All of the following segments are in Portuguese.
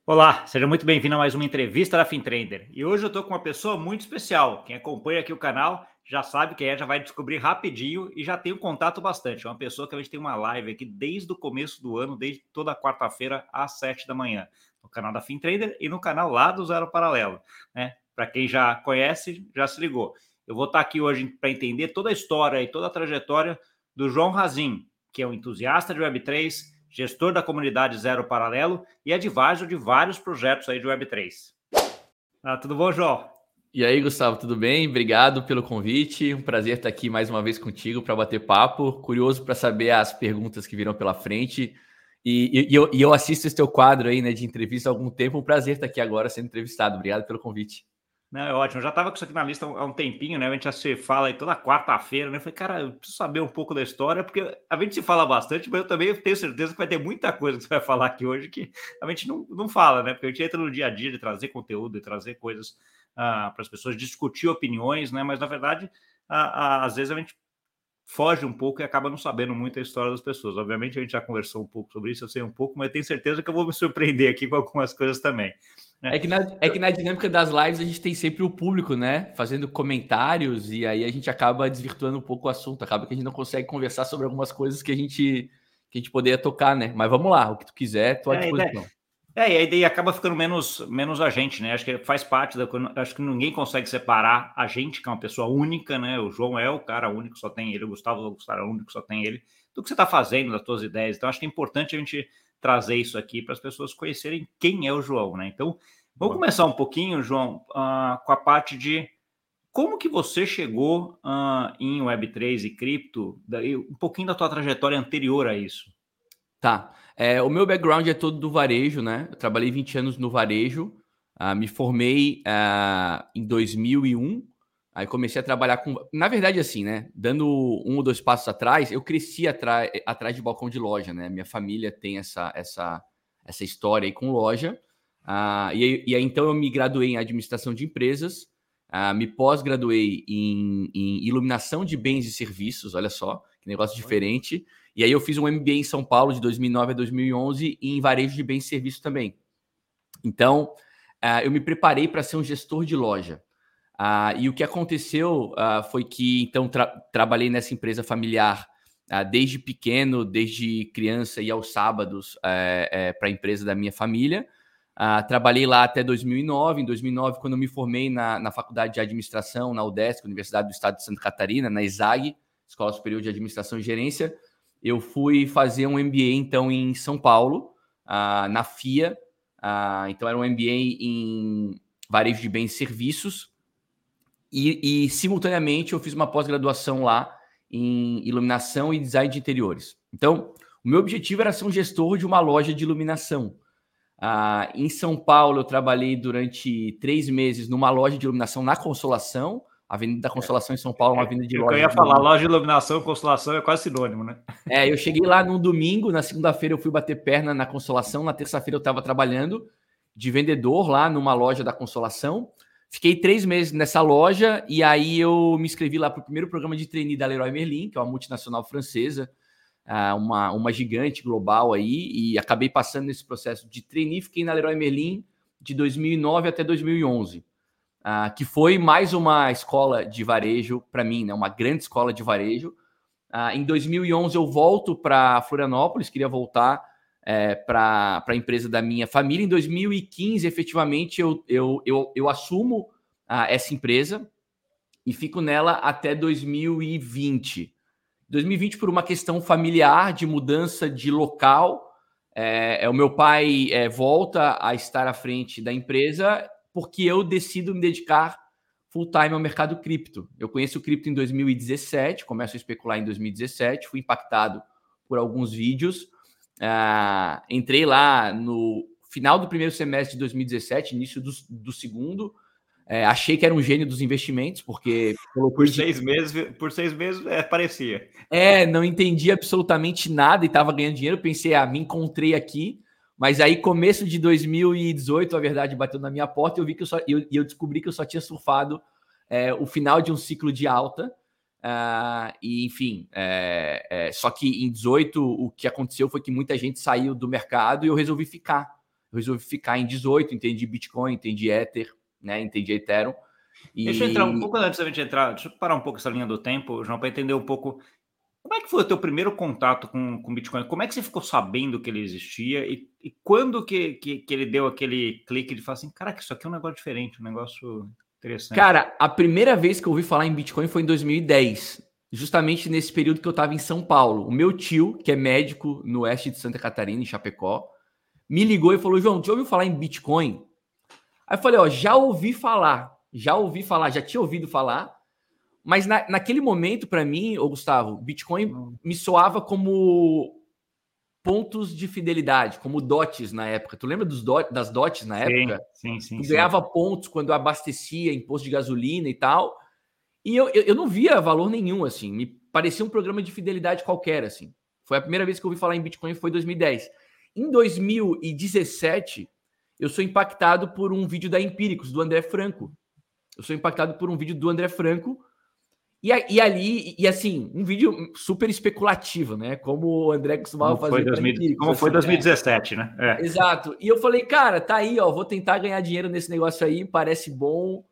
Olá, seja muito bem-vindo a mais uma entrevista da FinTrader. E hoje eu estou com uma pessoa muito especial. Quem acompanha aqui o canal já sabe quem é, já vai descobrir rapidinho e já tem um contato bastante. É uma pessoa que a gente tem uma live aqui desde o começo do ano, desde toda quarta-feira às 7 da manhã, no canal da FinTrader e no canal lá do Zero Paralelo, né? Para quem já conhece, já se ligou. Eu vou estar aqui hoje para entender toda a história e toda a trajetória do João Razin, que é um entusiasta de Web3, gestor da comunidade Zero Paralelo e advisor de vários projetos aí de Web3. Tudo bom, João? E aí, Gustavo, tudo bem? Obrigado pelo convite. Um prazer estar aqui mais uma vez contigo para bater papo. Curioso para saber as perguntas que virão pela frente. E eu assisto esse teu quadro aí, né, de entrevista há algum tempo. Um prazer estar aqui agora sendo entrevistado. Obrigado pelo convite. Não, é ótimo. Eu já estava com isso aqui na lista há um tempinho, né? A gente já se fala aí toda quarta-feira, né? Eu falei, cara, eu preciso saber um pouco da história, porque a gente se fala bastante, mas eu também tenho certeza que vai ter muita coisa que você vai falar aqui hoje que a gente não fala, né? Porque a gente entra no dia a dia de trazer conteúdo, de trazer coisas para as pessoas, discutir opiniões, né? Mas na verdade, às vezes a gente foge um pouco e acaba não sabendo muito a história das pessoas. Obviamente, a gente já conversou um pouco sobre isso, eu sei um pouco, mas tenho certeza que eu vou me surpreender aqui com algumas coisas também. Né? É que na dinâmica das lives a gente tem sempre o público, né, fazendo comentários e aí a gente acaba desvirtuando um pouco o assunto. Acaba que a gente não consegue conversar sobre algumas coisas que a gente poderia tocar, né? Mas vamos lá, o que tu quiser, estou à É, disposição. e aí daí acaba ficando menos a gente, né? Acho que faz parte da. Acho que ninguém consegue separar a gente, que é uma pessoa única, né? O João é o cara único, só tem ele, o Gustavo é o único, só tem ele, do que você está fazendo, das suas ideias. Então, acho que é importante a gente trazer isso aqui para as pessoas conhecerem quem é o João, né? Então, vamos Boa. começar um pouquinho, João, com a parte de como que você chegou em Web3 e cripto, daí, um pouquinho da tua trajetória anterior a isso. Tá. O meu background é todo do varejo, né? Eu trabalhei 20 anos no varejo, me formei em 2001, aí comecei a trabalhar com... Na verdade, assim, né? Dando um ou dois passos atrás, eu cresci atrás de balcão de loja, né? Minha família tem essa história aí com loja. E aí, então, eu me graduei em administração de empresas, me pós-graduei em iluminação de bens e serviços, olha só, que negócio diferente. E aí eu fiz um MBA em São Paulo de 2009 a 2011 em varejo de bens e serviços também. Então, eu me preparei para ser um gestor de loja. E o que aconteceu foi que, então, trabalhei nessa empresa familiar desde pequeno, desde criança e aos sábados para a empresa da minha família. Trabalhei lá até 2009. Em 2009, quando eu me formei na faculdade de administração, na UDESC, Universidade do Estado de Santa Catarina, na ESAG, Escola Superior de Administração e Gerência, eu fui fazer um MBA, então, em São Paulo, na FIA. Então, era um MBA em varejo de bens e serviços. E, simultaneamente, eu fiz uma pós-graduação lá em iluminação e design de interiores. Então, o meu objetivo era ser um gestor de uma loja de iluminação. Em São Paulo, eu trabalhei durante 3 meses numa loja de iluminação na Consolação. A Avenida da Consolação em São Paulo é uma avenida de Eu lojas ia de falar, iluminação. loja de iluminação e Constelação é quase sinônimo, né? Eu cheguei lá num domingo, na segunda-feira eu fui bater perna na Consolação, na terça-feira eu estava trabalhando de vendedor lá numa loja da Consolação. Fiquei 3 meses nessa loja e aí eu me inscrevi lá para o primeiro programa de trainee da Leroy Merlin, que é uma multinacional francesa, uma gigante global aí, e acabei passando nesse processo de trainee. Fiquei na Leroy Merlin de 2009 até 2011, que foi mais uma escola de varejo para mim, né? Uma grande escola de varejo. Em 2011 eu volto para Florianópolis, queria voltar para a empresa da minha família. Em 2015, efetivamente, eu assumo essa empresa e fico nela até 2020. 2020, por uma questão familiar, de mudança de local, o meu pai volta a estar à frente da empresa porque eu decido me dedicar full time ao mercado cripto. Eu conheço o cripto em 2017, começo a especular em 2017, fui impactado por alguns vídeos. Entrei lá no final do primeiro semestre de 2017, início do segundo. Achei que era um gênio dos investimentos, porque Por coloquei de 6 meses parecia. não entendi absolutamente nada e estava ganhando dinheiro. Pensei, me encontrei aqui. Mas aí, começo de 2018, a verdade bateu na minha porta e eu vi que eu descobri que eu só tinha surfado o final de um ciclo de alta. E, enfim, só que em 18 o que aconteceu foi que muita gente saiu do mercado e eu resolvi ficar. Eu resolvi ficar em 18, entendi Bitcoin, entendi Ether, né? Entendi Ethereum. Deixa eu entrar um pouco antes da gente entrar, deixa eu parar um pouco essa linha do tempo, João, para entender um pouco como é que foi o teu primeiro contato com Bitcoin? Como é que você ficou sabendo que ele existia e quando que ele deu aquele clique de falar assim, caraca, isso aqui é um negócio diferente, um negócio interessante? Cara, a primeira vez que eu ouvi falar em Bitcoin foi em 2010, justamente nesse período que eu estava em São Paulo. O meu tio, que é médico no oeste de Santa Catarina, em Chapecó, me ligou e falou, João, já ouviu falar em Bitcoin? Aí eu falei, ó, já tinha ouvido falar, mas naquele momento, para mim, ô Gustavo, Bitcoin me soava como pontos de fidelidade, como dotes na época. Tu lembra das dotes na época? Sim. Tu ganhava pontos quando abastecia em posto de gasolina e tal. E eu não via valor nenhum, assim. Me parecia um programa de fidelidade qualquer, assim. Foi a primeira vez que eu ouvi falar em Bitcoin, foi em 2010. Em 2017, eu sou impactado por um vídeo da Empíricos, do André Franco. E ali, assim, um vídeo super especulativo, né? Como o André costumava fazer para Empíricos. Como foi 2017, né? Exato. E eu falei, cara, tá aí, ó, vou tentar ganhar dinheiro nesse negócio aí, parece bom.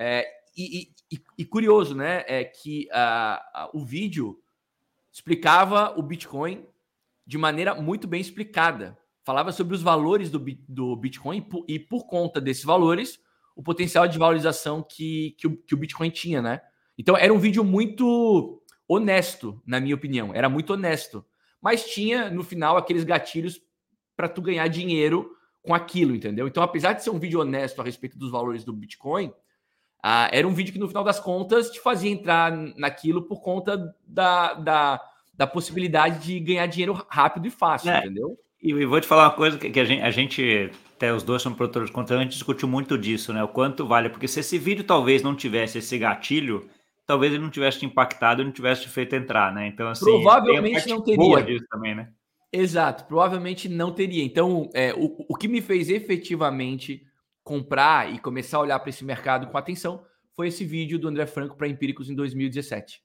E curioso, né? É que o vídeo explicava o Bitcoin de maneira muito bem explicada. Falava sobre os valores do Bitcoin e por conta desses valores, o potencial de valorização que o Bitcoin tinha, né? Então, era um vídeo muito honesto, na minha opinião. Era muito honesto. Mas tinha, no final, aqueles gatilhos para tu ganhar dinheiro com aquilo, entendeu? Então, apesar de ser um vídeo honesto a respeito dos valores do Bitcoin, era um vídeo que, no final das contas, te fazia entrar naquilo por conta da possibilidade de ganhar dinheiro rápido e fácil, entendeu? E vou te falar uma coisa que a gente, até os dois somos produtores de conteúdo, a gente discutiu muito disso, né? O quanto vale, porque se esse vídeo talvez não tivesse esse gatilho, talvez ele não tivesse te impactado e não tivesse te feito entrar, né? Então, assim, provavelmente não teria. Boa disso também, né? Exato, provavelmente não teria. Então, o que me fez efetivamente comprar e começar a olhar para esse mercado com atenção foi esse vídeo do André Franco para Empíricos em 2017.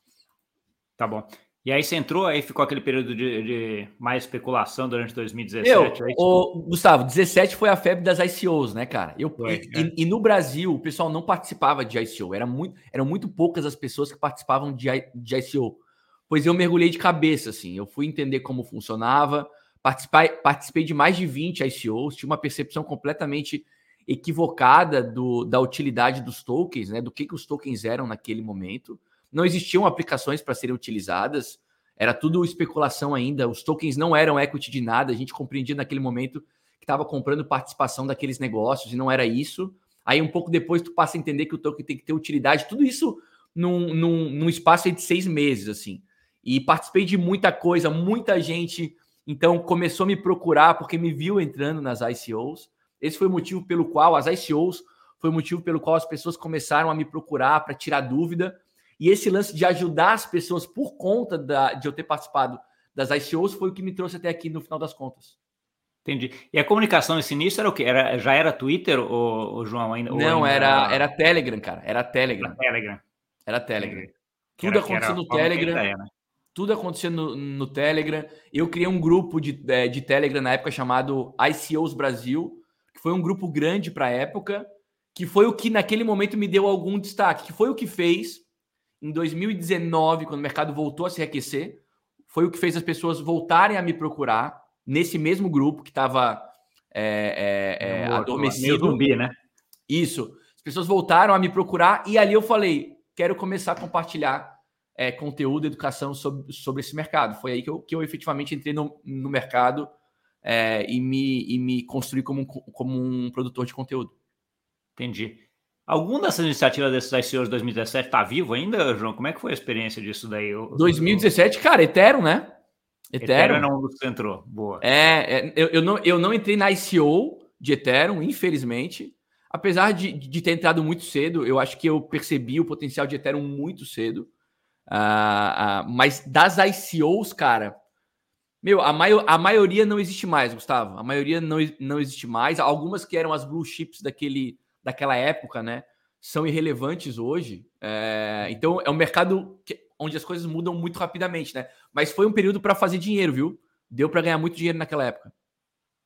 Tá bom. E aí você entrou, aí ficou aquele período de mais especulação durante 2017? Gustavo, 17 foi a febre das ICOs, né, cara? E no Brasil, o pessoal não participava de ICO. Eram muito poucas as pessoas que participavam de ICO. Pois eu mergulhei de cabeça, assim. Eu fui entender como funcionava, participei de mais de 20 ICOs, tinha uma percepção completamente equivocada da utilidade dos tokens, né? Do que os tokens eram naquele momento. Não existiam aplicações para serem utilizadas, era tudo especulação ainda, os tokens não eram equity de nada, a gente compreendia naquele momento que estava comprando participação daqueles negócios e não era isso. Aí um pouco depois tu passa a entender que o token tem que ter utilidade, tudo isso num espaço aí de 6 meses, assim. E participei de muita coisa, muita gente, então começou a me procurar porque me viu entrando nas ICOs. Esse foi o motivo pelo qual as ICOs foi o motivo pelo qual as pessoas começaram a me procurar para tirar dúvida. E esse lance de ajudar as pessoas por conta de eu ter participado das ICOs foi o que me trouxe até aqui no final das contas. Entendi. E a comunicação nesse início era o quê? Já era Twitter, ou João? Não, era Telegram, cara. Era Telegram. Era Telegram. Tudo acontecia no Telegram. Ideia, né? Tudo acontecia no Telegram. Eu criei um grupo de Telegram na época chamado ICOs Brasil, que foi um grupo grande para a época, que foi o que naquele momento me deu algum destaque, que foi o que fez em 2019, quando o mercado voltou a se aquecer, foi o que fez as pessoas voltarem a me procurar nesse mesmo grupo que estava adormecido. Meio zumbi, né? Isso. As pessoas voltaram a me procurar e ali eu falei, quero começar a compartilhar conteúdo, educação sobre esse mercado. Foi aí que eu efetivamente entrei no mercado e me construí como um produtor de conteúdo. Entendi. Alguma dessas iniciativas desses ICOs de 2017 está vivo ainda, João? Como é que foi a experiência disso daí? 2017, cara, Ethereum, né? Ethereum não você entrou. Boa. Eu não entrei na ICO de Ethereum, infelizmente. Apesar de ter entrado muito cedo, eu acho que eu percebi o potencial de Ethereum muito cedo. Mas das ICOs, cara, a maioria não existe mais, Gustavo. A maioria não existe mais. Algumas que eram as blue chips daquela época, né, são irrelevantes hoje. Então, é um mercado onde as coisas mudam muito rapidamente, né? Mas foi um período para fazer dinheiro, viu? Deu para ganhar muito dinheiro naquela época.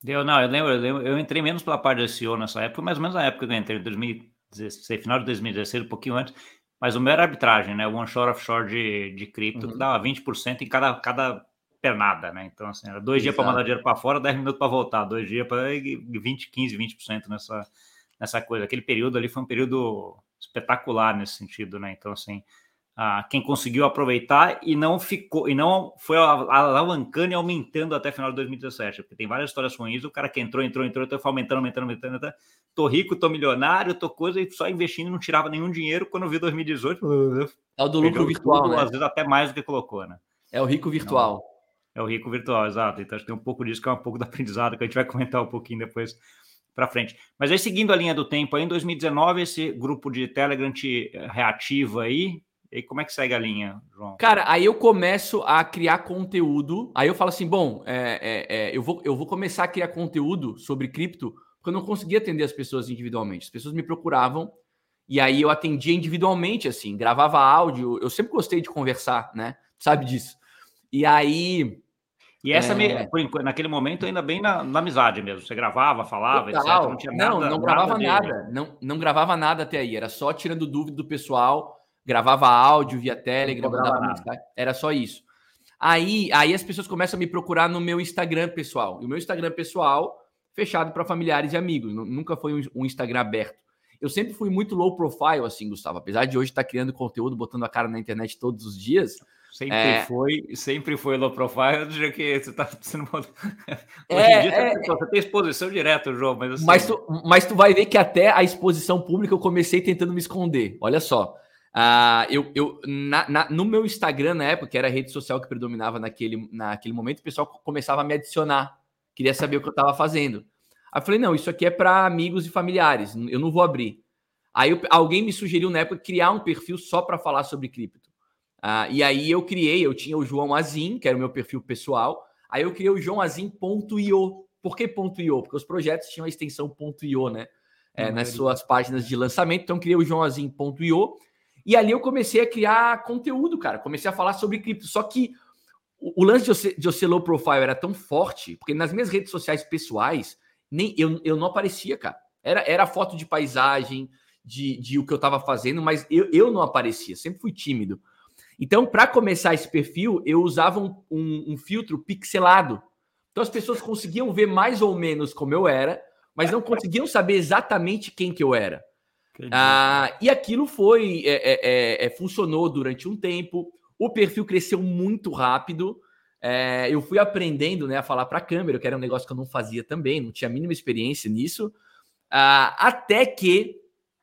Não, eu lembro, eu entrei menos pela parte de SEO nessa época, mais ou menos na época que eu entrei, em 2016, final de 2016, um pouquinho antes, mas o meu era arbitragem, né? O onshore, offshore de cripto, que dava 20% em cada pernada, né? Então, assim, era 2 dias para mandar dinheiro para fora, 10 minutos para voltar, 2 dias para 20% nessa coisa. Aquele período ali foi um período espetacular nesse sentido, né? Então, assim, quem conseguiu aproveitar e não foi alavancando e aumentando até final de 2017, porque tem várias histórias ruins, o cara que entrou, foi aumentando, tô rico, tô milionário, tô coisa, e só investindo, não tirava nenhum dinheiro, quando eu vi 2018, é o do lucro virtual, tudo, né? às vezes até mais do que colocou, né? É o rico virtual. É o rico virtual, exato. Então acho que tem um pouco disso, que é um pouco do aprendizado, que a gente vai comentar um pouquinho depois para frente. Mas aí, seguindo a linha do tempo, aí em 2019, esse grupo de Telegram te reativa aí. E como é que segue a linha, João? Cara, aí eu começo a criar conteúdo. Aí eu falo assim, bom, eu vou começar a criar conteúdo sobre cripto, porque eu não conseguia atender as pessoas individualmente. As pessoas me procuravam e aí eu atendia individualmente, assim, gravava áudio. Eu sempre gostei de conversar, né? Sabe disso. E aí... E essa, naquele momento, ainda bem na amizade mesmo. Você gravava, falava, Total. etc. Não tinha nada. Não gravava nada. Não gravava nada até aí. Era só tirando dúvida do pessoal. Gravava áudio via Telegram, mandava mensagem. Era só isso. Aí as pessoas começam a me procurar no meu Instagram pessoal. E o meu Instagram pessoal, fechado para familiares e amigos. Nunca foi um Instagram aberto. Eu sempre fui muito low profile, assim, Gustavo. Apesar de hoje estar criando conteúdo, botando a cara na internet todos os dias. Sempre foi low profile, já que você está sendo. Hoje em dia você tem exposição direta, João, mas assim. Mas tu vai ver que até a exposição pública eu comecei tentando me esconder. Olha só. No meu Instagram, na época, que era a rede social que predominava naquele momento, o pessoal começava a me adicionar. Queria saber o que eu estava fazendo. Aí eu falei, não, isso aqui é para amigos e familiares, eu não vou abrir. Aí alguém me sugeriu na época criar um perfil só para falar sobre cripto. E aí eu tinha o João Azim, que era o meu perfil pessoal. Aí eu criei o joãoazim.io. Por que .io? Porque os projetos tinham a extensão .io, né? Nas suas páginas de lançamento. Então eu criei o joãoazim.io. E ali eu comecei a criar conteúdo, cara. Comecei a falar sobre cripto. Só que o lance de eu ser low profile era tão forte, porque nas minhas redes sociais pessoais, eu não aparecia, cara. Era foto de paisagem, de o que eu tava fazendo, mas eu não aparecia. Sempre fui tímido. Então, para começar esse perfil, eu usava um filtro pixelado. Então, as pessoas conseguiam ver mais ou menos como eu era, mas não conseguiam saber exatamente quem que eu era. E aquilo funcionou durante um tempo. O perfil cresceu muito rápido. Eu fui aprendendo, né, a falar para a câmera, que era um negócio que eu não fazia também, não tinha a mínima experiência nisso. Até que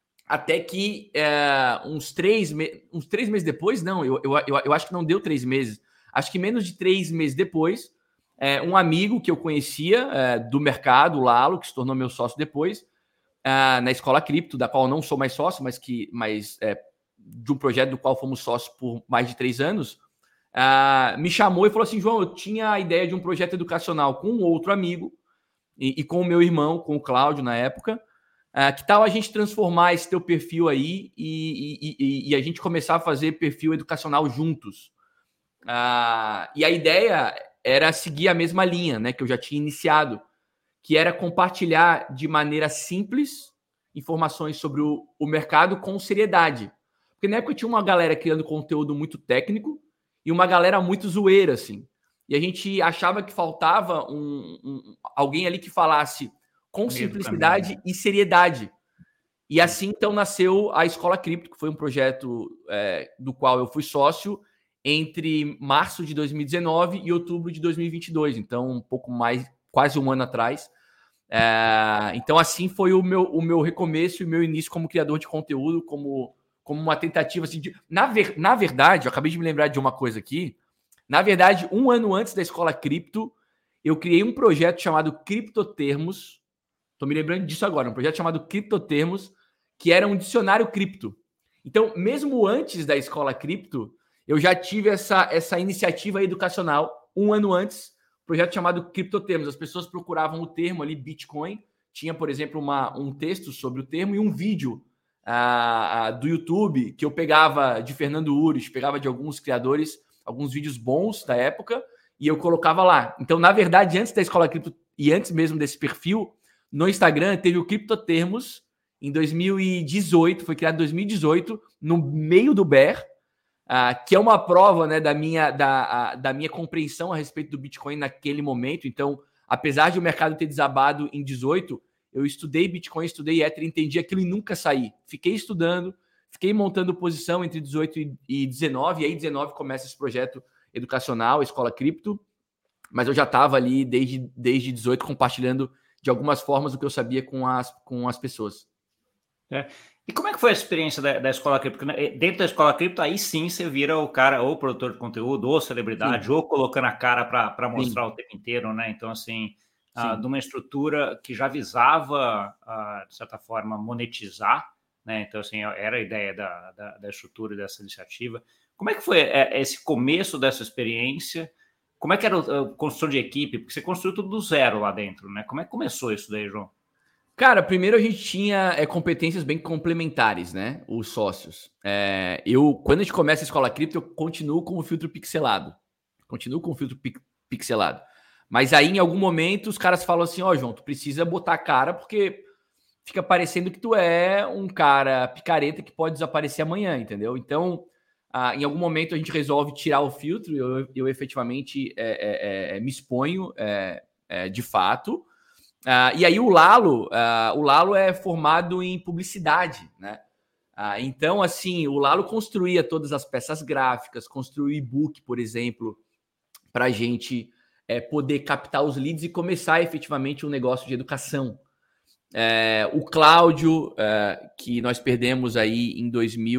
uns 3 meses depois, não, eu acho que não deu 3 meses, acho que menos de 3 meses depois, um amigo que eu conhecia do mercado, o Lalo, que se tornou meu sócio depois, na Escola Cripto, da qual eu não sou mais sócio, mas de um projeto do qual fomos sócios por mais de 3 anos, me chamou e falou assim, João, eu tinha a ideia de um projeto educacional com um outro amigo e com o meu irmão, com o Cláudio na época. Que tal a gente transformar esse teu perfil aí e a gente começar a fazer perfil educacional juntos? E a ideia era seguir a mesma linha, né, que eu já tinha iniciado, que era compartilhar de maneira simples informações sobre o mercado com seriedade. Porque na época tinha uma galera criando conteúdo muito técnico e uma galera muito zoeira, assim. E a gente achava que faltava alguém ali que falasse com simplicidade e seriedade. E assim, então, nasceu a Escola Cripto, que foi um projeto do qual eu fui sócio entre março de 2019 e outubro de 2022. Então, um pouco mais, quase um ano atrás. Então, assim foi o meu recomeço e o meu início como criador de conteúdo, como uma tentativa assim, na verdade, eu acabei de me lembrar de uma coisa aqui. Na verdade, um ano antes da Escola Cripto, eu criei um projeto chamado Criptotermos. Estou me lembrando disso agora, um projeto chamado Criptotermos, que era um dicionário cripto. Então, mesmo antes da Escola Cripto, eu já tive essa iniciativa educacional, um ano antes, projeto chamado Criptotermos. As pessoas procuravam o termo ali, Bitcoin, tinha, por exemplo, um texto sobre o termo e um vídeo do YouTube que eu pegava de Fernando Urich, pegava de alguns criadores, alguns vídeos bons da época, e eu colocava lá. Então, na verdade, antes da Escola Cripto e antes mesmo desse perfil, no Instagram teve o Criptotermos em 2018, foi criado em 2018, no meio do bear, que é uma prova, né, da minha compreensão a respeito do Bitcoin naquele momento. Então, apesar de o mercado ter desabado em 18, eu estudei Bitcoin, estudei Ether, entendi aquilo e nunca saí. Fiquei estudando, fiquei montando posição entre 18 e 19, e aí 19 começa esse projeto educacional, Escola Cripto, mas eu já estava ali desde 18 compartilhando de algumas formas o que eu sabia com as pessoas. E como é que foi a experiência da Escola Cripto? Porque dentro da Escola Cripto, aí sim você vira o cara, ou produtor de conteúdo, ou celebridade, sim, ou colocando a cara para mostrar, sim, o tempo inteiro, né? Então, assim, de uma estrutura que já visava, de certa forma, monetizar, né? Então, assim, era a ideia da estrutura dessa iniciativa. Como é que foi esse começo dessa experiência? Como é que era a construção de equipe? Porque você construiu tudo do zero lá dentro, né? Como é que começou isso daí, João? Cara, primeiro a gente tinha competências bem complementares, né? Os sócios. Quando a gente começa a Escola Cripto, eu continuo com o filtro pixelado. Mas aí, em algum momento, os caras falam assim, João, tu precisa botar a cara, porque fica parecendo que tu é um cara picareta que pode desaparecer amanhã, entendeu? Então, em algum momento, a gente resolve tirar o filtro, eu efetivamente me exponho de fato. E aí o Lalo é formado em publicidade, né? Então, assim, o Lalo construía todas as peças gráficas, construiu e-book, por exemplo, para a gente poder captar os leads e começar efetivamente um negócio de educação. O Cláudio, que nós perdemos aí em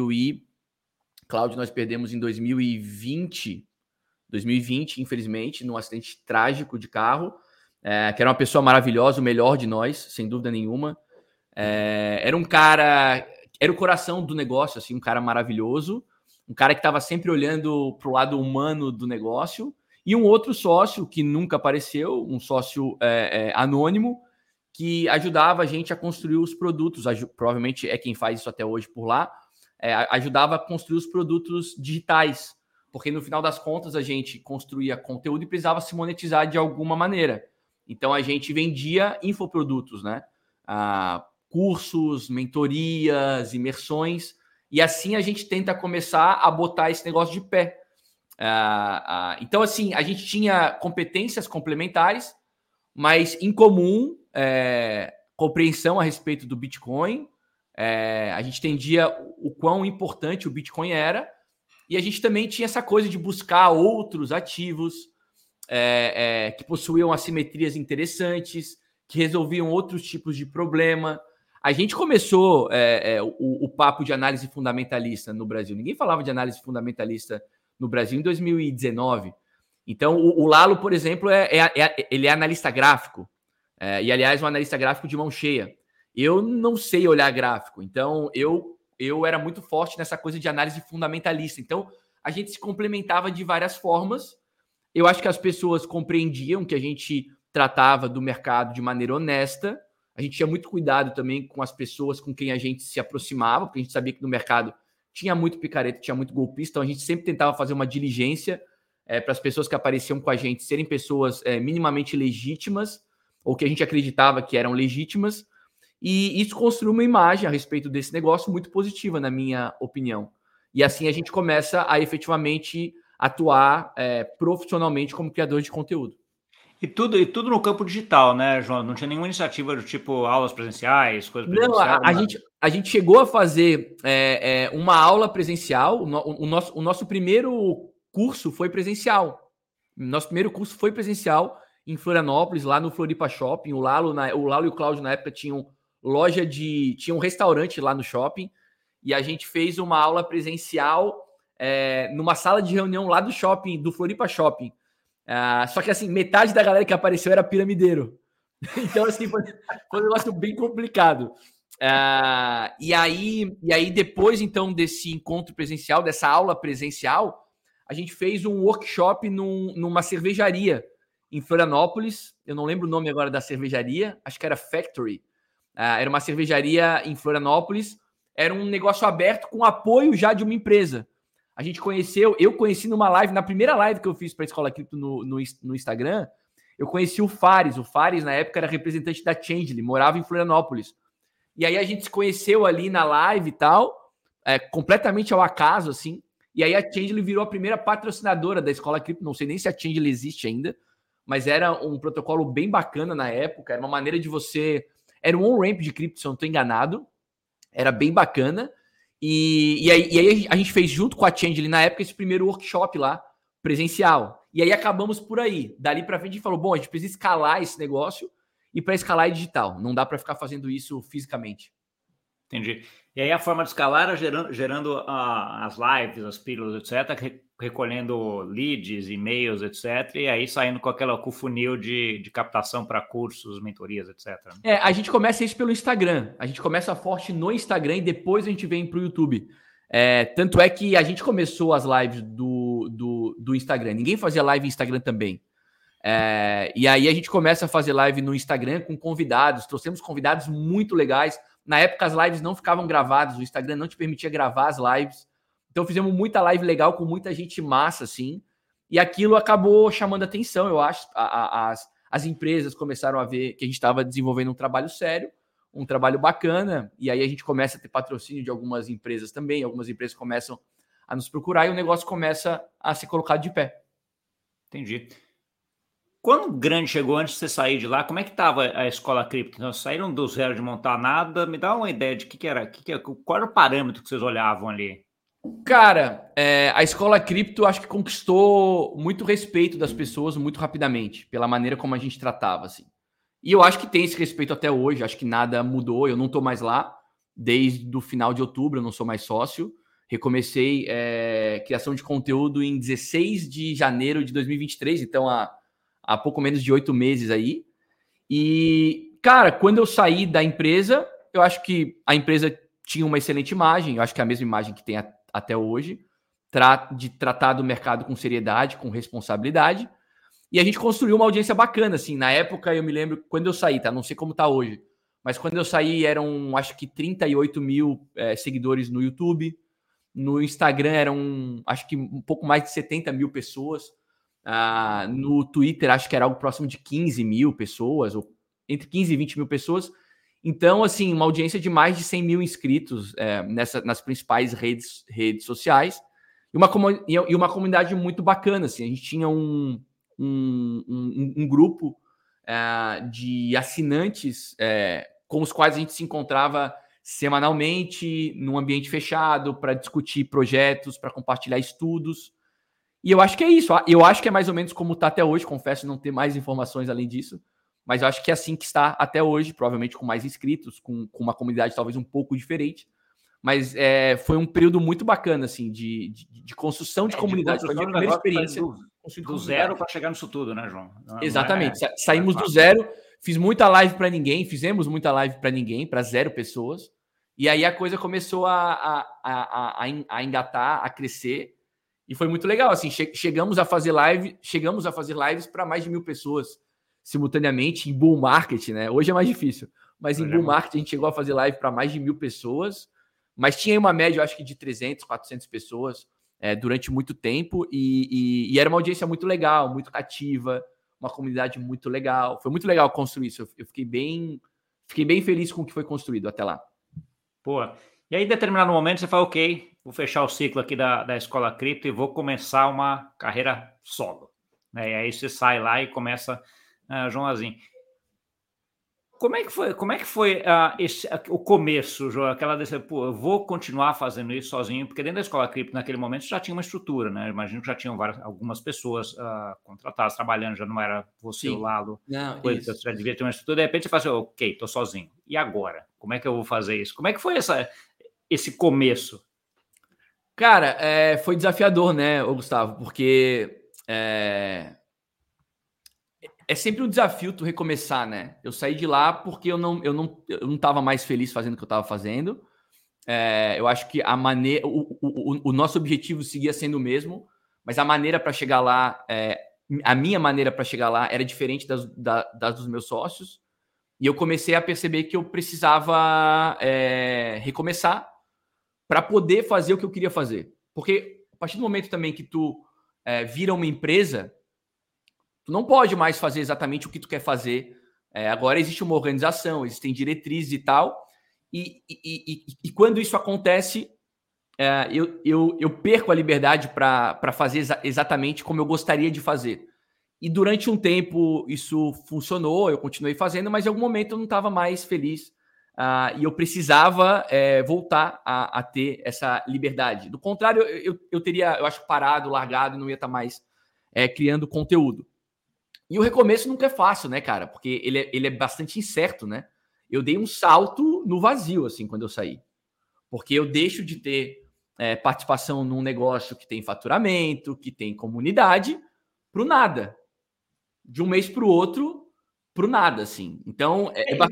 2020, infelizmente, num acidente trágico de carro. Que era uma pessoa maravilhosa, o melhor de nós, sem dúvida nenhuma. Era um cara, era o coração do negócio, assim, um cara maravilhoso, um cara que estava sempre olhando para o lado humano do negócio, e um outro sócio que nunca apareceu, um sócio anônimo, que ajudava a gente a construir os produtos, provavelmente é quem faz isso até hoje por lá, ajudava a construir os produtos digitais, porque no final das contas a gente construía conteúdo e precisava se monetizar de alguma maneira. Então, a gente vendia infoprodutos, né? Cursos, mentorias, imersões. E assim a gente tenta começar a botar esse negócio de pé. Então, assim, a gente tinha competências complementares, mas em comum, compreensão a respeito do Bitcoin. A gente entendia o quão importante o Bitcoin era. E a gente também tinha essa coisa de buscar outros ativos, que possuíam assimetrias interessantes, que resolviam outros tipos de problema. A gente começou o papo de análise fundamentalista no Brasil. Ninguém falava de análise fundamentalista no Brasil em 2019. Então, o Lalo, por exemplo, ele é analista gráfico. E, aliás, um analista gráfico de mão cheia. Eu não sei olhar gráfico. Então, eu era muito forte nessa coisa de análise fundamentalista. Então, a gente se complementava de várias formas. Eu acho que as pessoas compreendiam que a gente tratava do mercado de maneira honesta. A gente tinha muito cuidado também com as pessoas com quem a gente se aproximava, porque a gente sabia que no mercado tinha muito picareta, tinha muito golpista, então a gente sempre tentava fazer uma diligência para as pessoas que apareciam com a gente serem pessoas minimamente legítimas, ou que a gente acreditava que eram legítimas, e isso construiu uma imagem a respeito desse negócio muito positiva, na minha opinião. E assim a gente começa a efetivamente atuar profissionalmente como criador de conteúdo. E tudo no campo digital, né, João? Não tinha nenhuma iniciativa do tipo aulas presenciais, coisas presenciais? Não, a gente chegou a fazer uma aula presencial. O nosso primeiro curso foi presencial. Nosso primeiro curso foi presencial em Florianópolis, lá no Floripa Shopping. O Lalo e o Cláudio, na época, tinham tinha um restaurante lá no shopping. E a gente fez uma aula presencial numa sala de reunião lá do shopping, do Floripa Shopping. Só que, assim, metade da galera que apareceu era piramideiro. Então, assim, foi um negócio bem complicado. E aí, depois, então, desse encontro presencial, dessa aula presencial, a gente fez um workshop numa cervejaria em Florianópolis. Eu não lembro o nome agora da cervejaria, acho que era Factory. Era uma cervejaria em Florianópolis. Era um negócio aberto com apoio já de uma empresa. A gente conheceu, eu conheci numa live, na primeira live que eu fiz para a Escola Cripto no Instagram, eu conheci o Fares. O Fares, na época, era representante da Changely, morava em Florianópolis. E aí a gente se conheceu ali na live e tal, completamente ao acaso, assim. E aí a Changely virou a primeira patrocinadora da Escola Cripto. Não sei nem se a Changely existe ainda, mas era um protocolo bem bacana na época. Era uma maneira de você... Era um on-ramp de cripto, se eu não estou enganado. Era bem bacana. E aí a gente fez junto com a Changely na época esse primeiro workshop lá, presencial. E aí acabamos por aí. Dali para frente a gente falou, bom, a gente precisa escalar esse negócio e para escalar é digital. Não dá para ficar fazendo isso fisicamente. Entendi. E aí a forma de escalar era gerando as lives, as pílulas, etc., recolhendo leads, e-mails, etc., e aí saindo com com o funil de captação para cursos, mentorias, etc. A gente começa isso pelo Instagram. A gente começa forte no Instagram e depois a gente vem para o YouTube. Tanto é que a gente começou as lives do Instagram. Ninguém fazia live no Instagram também. E aí a gente começa a fazer live no Instagram com convidados. Trouxemos convidados muito legais. Na época as lives não ficavam gravadas. O Instagram não te permitia gravar as lives. Então fizemos muita live legal com muita gente massa, assim. E aquilo acabou chamando atenção, eu acho. As empresas começaram a ver que a gente estava desenvolvendo um trabalho sério, um trabalho bacana. E aí a gente começa a ter patrocínio de algumas empresas também. Algumas empresas começam a nos procurar e o negócio começa a ser colocado de pé. Entendi. Quando o grande chegou antes de você sair de lá, como é que estava a Escola Cripto? Então, saíram do zero de montar nada. Me dá uma ideia de qual era o parâmetro que vocês olhavam ali? Cara, a Escola Cripto acho que conquistou muito respeito das pessoas muito rapidamente, pela maneira como a gente tratava, assim. E eu acho que tem esse respeito até hoje, acho que nada mudou, eu não tô mais lá, desde o final de outubro, eu não sou mais sócio. Recomecei criação de conteúdo em 16 de janeiro de 2023, então há pouco menos de 8 meses aí. E, cara, quando eu saí da empresa, eu acho que a empresa tinha uma excelente imagem, eu acho que é a mesma imagem que tem até hoje, de tratar do mercado com seriedade, com responsabilidade. E a gente construiu uma audiência bacana, assim. Na época, eu me lembro, quando eu saí, tá? Não sei como tá hoje, mas quando eu saí, eram, acho que 38 mil seguidores no YouTube. No Instagram, eram, acho que um pouco mais de 70 mil pessoas. No Twitter, acho que era algo próximo de 15 mil pessoas, ou entre 15 e 20 mil pessoas. Então, assim, uma audiência de mais de 100 mil inscritos nas principais redes sociais. E uma comunidade muito bacana, assim. A gente tinha um grupo de assinantes com os quais a gente se encontrava semanalmente, num ambiente fechado, para discutir projetos, para compartilhar estudos. E eu acho que é isso. Eu acho que é mais ou menos como está até hoje. Confesso não ter mais informações além disso. Mas eu acho que é assim que está até hoje, provavelmente com mais inscritos, com uma comunidade talvez um pouco diferente. Mas foi um período muito bacana, assim, de construção de comunidade. Foi a minha primeira experiência. Do zero para chegar nisso tudo, né, João? Exatamente. Saímos do zero, fiz muita live para ninguém, fizemos muita live para ninguém, para 0 pessoas. E aí a coisa começou a engatar, a crescer. E foi muito legal, assim, chegamos a fazer lives para mais de 1.000 pessoas simultaneamente em bull market, né? Hoje é mais difícil, mas em bull market a gente chegou a fazer live para mais de 1.000 pessoas, mas tinha uma média, eu acho que de 300, 400 pessoas durante muito tempo e era uma audiência muito legal, muito cativa, uma comunidade muito legal. Foi muito legal construir isso. Eu fiquei bem feliz com o que foi construído até lá. Pô, e aí, em determinado momento, você fala, ok, vou fechar o ciclo aqui da Escola Cripto e vou começar uma carreira solo. E aí você sai lá e começa, Joãozinho. Como é que foi o começo, João? Aquela desse, pô, eu vou continuar fazendo isso sozinho, porque dentro da Escola Cripto, naquele momento, já tinha uma estrutura, né? Eu imagino que já tinham algumas pessoas contratadas, trabalhando, já não era você, o Lalo, coisa que você já devia ter uma estrutura. De repente você fala assim, ok, estou sozinho. E agora? Como é que eu vou fazer isso? Como é que foi esse começo? Cara, foi desafiador, né, Gustavo? Porque é sempre um desafio tu recomeçar, né? Eu saí de lá porque eu não tava mais feliz fazendo o que eu tava fazendo. Eu acho que a maneira, o nosso objetivo seguia sendo o mesmo, mas a maneira para chegar lá, a minha maneira para chegar lá era diferente das dos meus sócios. E eu comecei a perceber que eu precisava recomeçar para poder fazer o que eu queria fazer. Porque partir do momento também que tu vira uma empresa, tu não pode mais fazer exatamente o que tu quer fazer. Agora existe uma organização, existem diretrizes e tal, e quando isso acontece, eu perco a liberdade para fazer exatamente como eu gostaria de fazer. E durante um tempo isso funcionou, eu continuei fazendo, mas em algum momento eu não estava mais feliz e eu precisava voltar a ter essa liberdade. Do contrário, eu teria, eu acho, parado, largado, não ia estar mais criando conteúdo. E o recomeço nunca é fácil, né, cara? Porque ele é bastante incerto, né? Eu dei um salto no vazio, assim, quando eu saí. Porque eu deixo de ter participação num negócio que tem faturamento, que tem comunidade, pro nada. De um mês pro outro, pro nada, assim. Então,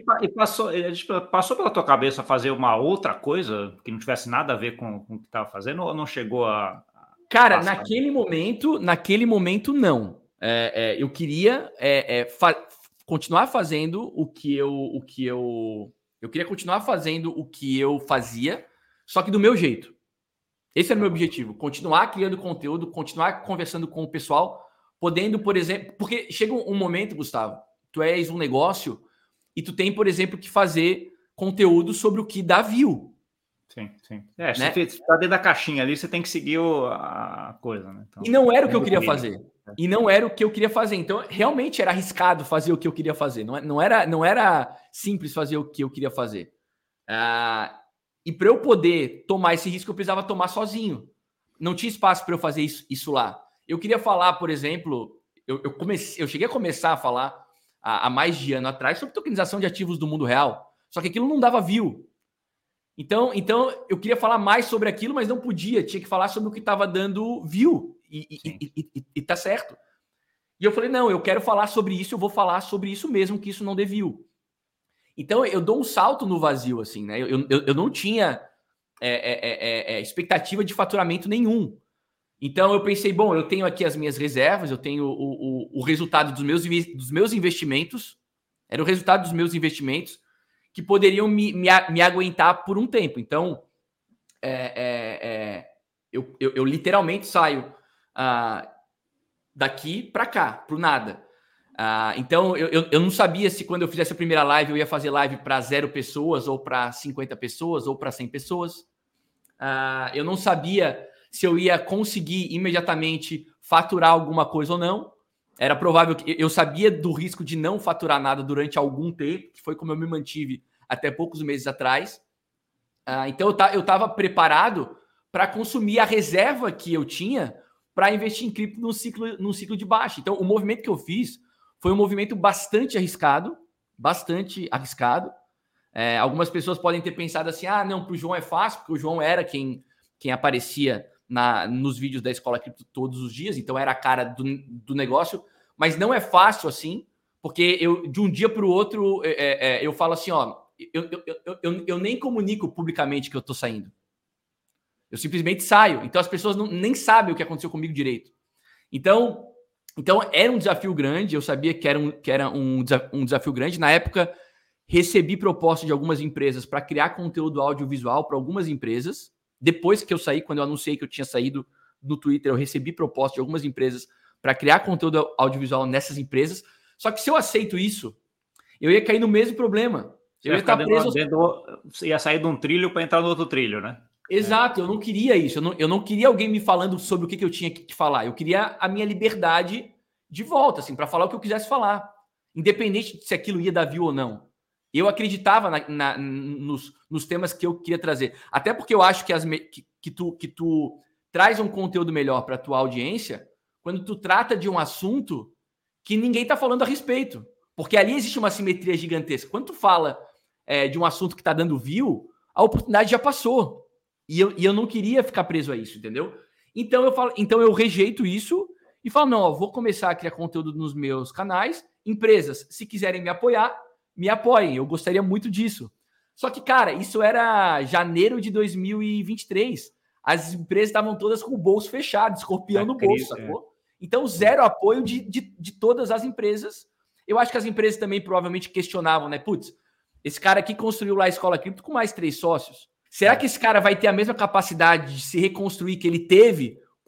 passou pela tua cabeça fazer uma outra coisa que não tivesse nada a ver com o que estava fazendo, ou não chegou a Cara, passar? naquele momento, não. Eu queria continuar fazendo o que eu queria continuar fazendo o que eu fazia, só que do meu jeito. Esse era o meu objetivo. Continuar criando conteúdo, continuar conversando com o pessoal, podendo, por exemplo... Porque chega um momento, Gustavo, tu és um negócio e tu tem, por exemplo, que fazer conteúdo sobre o que dá view. Sim. Né? Se tá dentro da caixinha ali, você tem que seguir a coisa, né? Então, e não era o que eu queria fazer. E não era o que eu queria fazer. Então, realmente era arriscado fazer o que eu queria fazer. Não era simples fazer o que eu queria fazer. E para eu poder tomar esse risco, eu precisava tomar sozinho. Não tinha espaço para eu fazer isso lá. Eu queria falar, por exemplo, eu cheguei a começar a falar há mais de ano atrás sobre tokenização de ativos do mundo real. Só que aquilo não dava view. Então eu queria falar mais sobre aquilo, mas não podia. Tinha que falar sobre o que estava dando view. E tá certo. E eu falei, não, eu quero falar sobre isso, eu vou falar sobre isso mesmo, que isso não dê view. Então eu dou um salto no vazio, assim, né? Eu não tinha expectativa de faturamento nenhum. Então eu pensei, bom, eu tenho aqui as minhas reservas, eu tenho o resultado dos meus investimentos, era o resultado dos meus investimentos que poderiam me aguentar por um tempo. Então eu literalmente saio daqui para cá, pro nada. Então, eu não sabia se quando eu fizesse a primeira live eu ia fazer live para 0 pessoas, ou para 50 pessoas, ou para 100 pessoas. Eu não sabia se eu ia conseguir imediatamente faturar alguma coisa ou não. Era provável que eu sabia do risco de não faturar nada durante algum tempo, que foi como eu me mantive até poucos meses atrás. Então, eu estava preparado para consumir a reserva que eu tinha para investir em cripto num ciclo de baixa. Então, o movimento que eu fiz foi um movimento bastante arriscado. Algumas pessoas podem ter pensado assim, não, para o João é fácil, porque o João era quem aparecia nos vídeos da Escola Cripto todos os dias, então era a cara do negócio, mas não é fácil assim, porque de um dia para o outro, eu falo assim, eu nem comunico publicamente que eu estou saindo. Eu simplesmente saio. Então as pessoas nem sabem o que aconteceu comigo direito. Então era um desafio grande. Eu sabia que era um desafio grande. Na época, recebi proposta de algumas empresas para criar conteúdo audiovisual para algumas empresas. Depois que eu saí, quando eu anunciei que eu tinha saído no Twitter, eu recebi proposta de algumas empresas para criar conteúdo audiovisual nessas empresas. Só que se eu aceito isso, eu ia cair no mesmo problema. Eu ia estar preso. Ia sair de um trilho para entrar no outro trilho, né? Exato, eu não queria isso. Eu não queria alguém me falando sobre o que eu tinha que falar. Eu queria a minha liberdade de volta, assim, para falar o que eu quisesse falar, independente de se aquilo ia dar view ou não. Eu acreditava nos temas que eu queria trazer. Até porque eu acho que tu traz um conteúdo melhor para a tua audiência quando tu trata de um assunto que ninguém está falando a respeito. Porque ali existe uma simetria gigantesca. Quando tu fala de um assunto que está dando view, a oportunidade já passou. E eu não queria ficar preso a isso, entendeu? Então eu rejeito isso e falo, não, vou começar a criar conteúdo nos meus canais. Empresas, se quiserem me apoiar, me apoiem. Eu gostaria muito disso. Só que, cara, isso era janeiro de 2023. As empresas estavam todas com o bolso fechado, escorpião no bolso, sacou? Então, zero apoio de todas as empresas. Eu acho que as empresas também provavelmente questionavam, né? Putz, esse cara aqui construiu lá a Escola Cripto com mais 3 sócios. Será que esse cara vai ter a mesma capacidade de se reconstruir que ele teve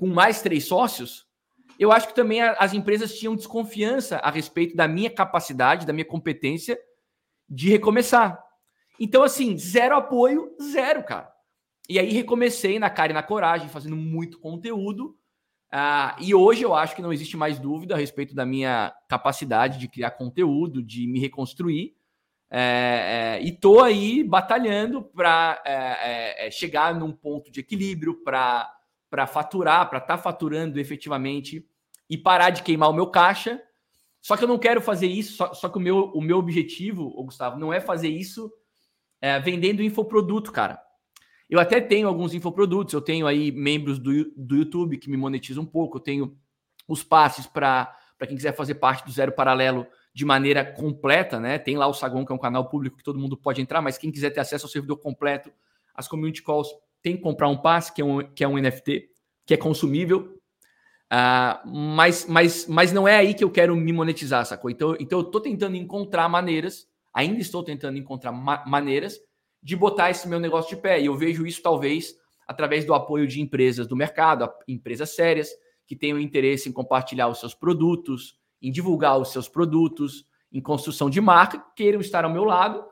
com mais 3 sócios, eu acho que também as empresas tinham desconfiança a respeito da minha capacidade, da minha competência de recomeçar. Então, assim, zero apoio, zero, cara. E aí recomecei na cara e na coragem, fazendo muito conteúdo. E hoje eu acho que não existe mais dúvida a respeito da minha capacidade de criar conteúdo, de me reconstruir. E tô aí batalhando para chegar num ponto de equilíbrio, para faturar, para estar faturando efetivamente e parar de queimar o meu caixa. Só que eu não quero fazer isso, só que o meu objetivo, Gustavo, não é fazer isso vendendo infoproduto, cara. Eu até tenho alguns infoprodutos, eu tenho aí membros do YouTube que me monetizam um pouco, eu tenho os passes para quem quiser fazer parte do Zero Paralelo de maneira completa, né? Tem lá o Sagon, que é um canal público que todo mundo pode entrar, mas quem quiser ter acesso ao servidor completo, as community calls, tem que comprar um passe, que é um NFT, que é consumível. Mas não é aí que eu quero me monetizar, sacou? Então eu estou tentando encontrar maneiras, ainda estou tentando encontrar maneiras de botar esse meu negócio de pé. E eu vejo isso, talvez, através do apoio de empresas do mercado, empresas sérias, que tenham interesse em compartilhar os seus produtos, em divulgar os seus produtos, em construção de marca, queiram estar ao meu lado.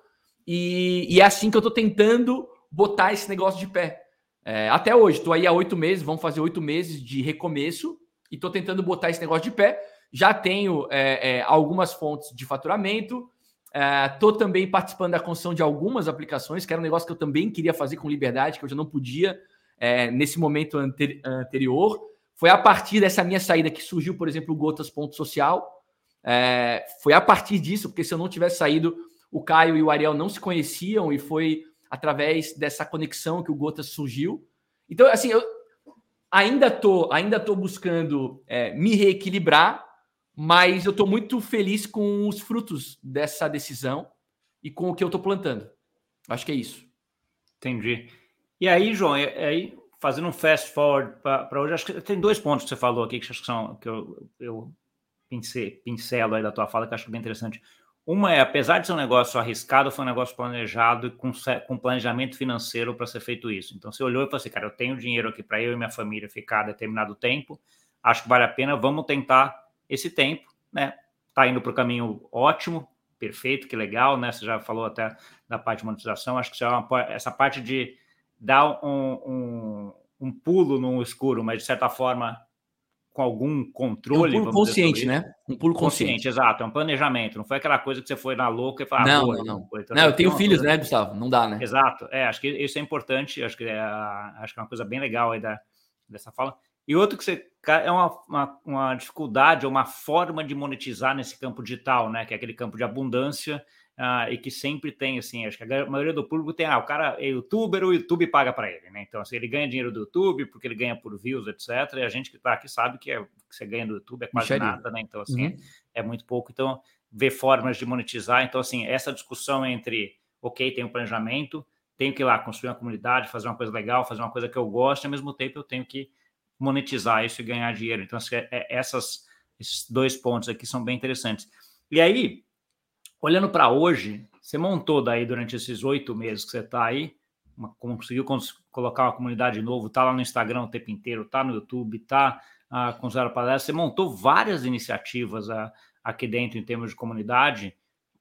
E é assim que eu estou tentando botar esse negócio de pé. Até hoje, estou aí há 8 meses, vamos fazer 8 meses de recomeço, e estou tentando botar esse negócio de pé. Já tenho algumas fontes de faturamento, estou também participando da construção de algumas aplicações, que era um negócio que eu também queria fazer com liberdade, que eu já não podia nesse momento anterior. Foi a partir dessa minha saída que surgiu, por exemplo, o Gotas.social. Foi a partir disso, porque se eu não tivesse saído, o Caio e o Ariel não se conheciam, e foi através dessa conexão que o Gotas surgiu. Então, assim, eu ainda tô buscando me reequilibrar, mas eu estou muito feliz com os frutos dessa decisão e com o que eu estou plantando. Acho que é isso. Entendi. E aí, João, aí fazendo um fast forward para hoje, acho que tem 2 pontos que você falou aqui que acho que são que eu pincelo aí da tua fala, que acho bem interessante. Uma apesar de ser um negócio arriscado, foi um negócio planejado e com planejamento financeiro para ser feito isso. Então, você olhou e falou assim, cara, eu tenho dinheiro aqui para eu e minha família ficar determinado tempo, acho que vale a pena, vamos tentar esse tempo, né? Tá indo para o caminho ótimo, perfeito, que legal, né? Você já falou até da parte de monetização, acho que essa parte de dar um pulo no escuro, mas de certa forma com algum controle, um pulo consciente, né? Um pulo consciente. Exato, é um planejamento, não foi aquela coisa que você foi na louca e falou, não. Então, eu tenho filhos, né, Gustavo? Não dá, né? Exato, acho que isso é importante, acho que é uma coisa bem legal aí dessa fala. E outro que você é uma dificuldade, uma forma de monetizar nesse campo digital, né? Que é aquele campo de abundância, e que sempre tem, assim, acho que a maioria do público tem, o cara é youtuber, o YouTube paga para ele, né? Então, assim, ele ganha dinheiro do YouTube porque ele ganha por views, etc. E a gente que está aqui sabe que você ganha do YouTube é quase nada, né? Então, assim, é muito pouco. Então, ver formas de monetizar. Então, assim, essa discussão entre, ok, tem um planejamento, tenho que ir lá construir uma comunidade, fazer uma coisa legal, fazer uma coisa que eu gosto, e ao mesmo tempo eu tenho que monetizar isso e ganhar dinheiro. Então, esses 2 pontos aqui são bem interessantes. E aí, olhando para hoje, você montou daí durante esses 8 meses que você está aí, conseguiu colocar uma comunidade de novo, está lá no Instagram o tempo inteiro, está no YouTube, está com Zero Paralelo, você montou várias iniciativas aqui dentro em termos de comunidade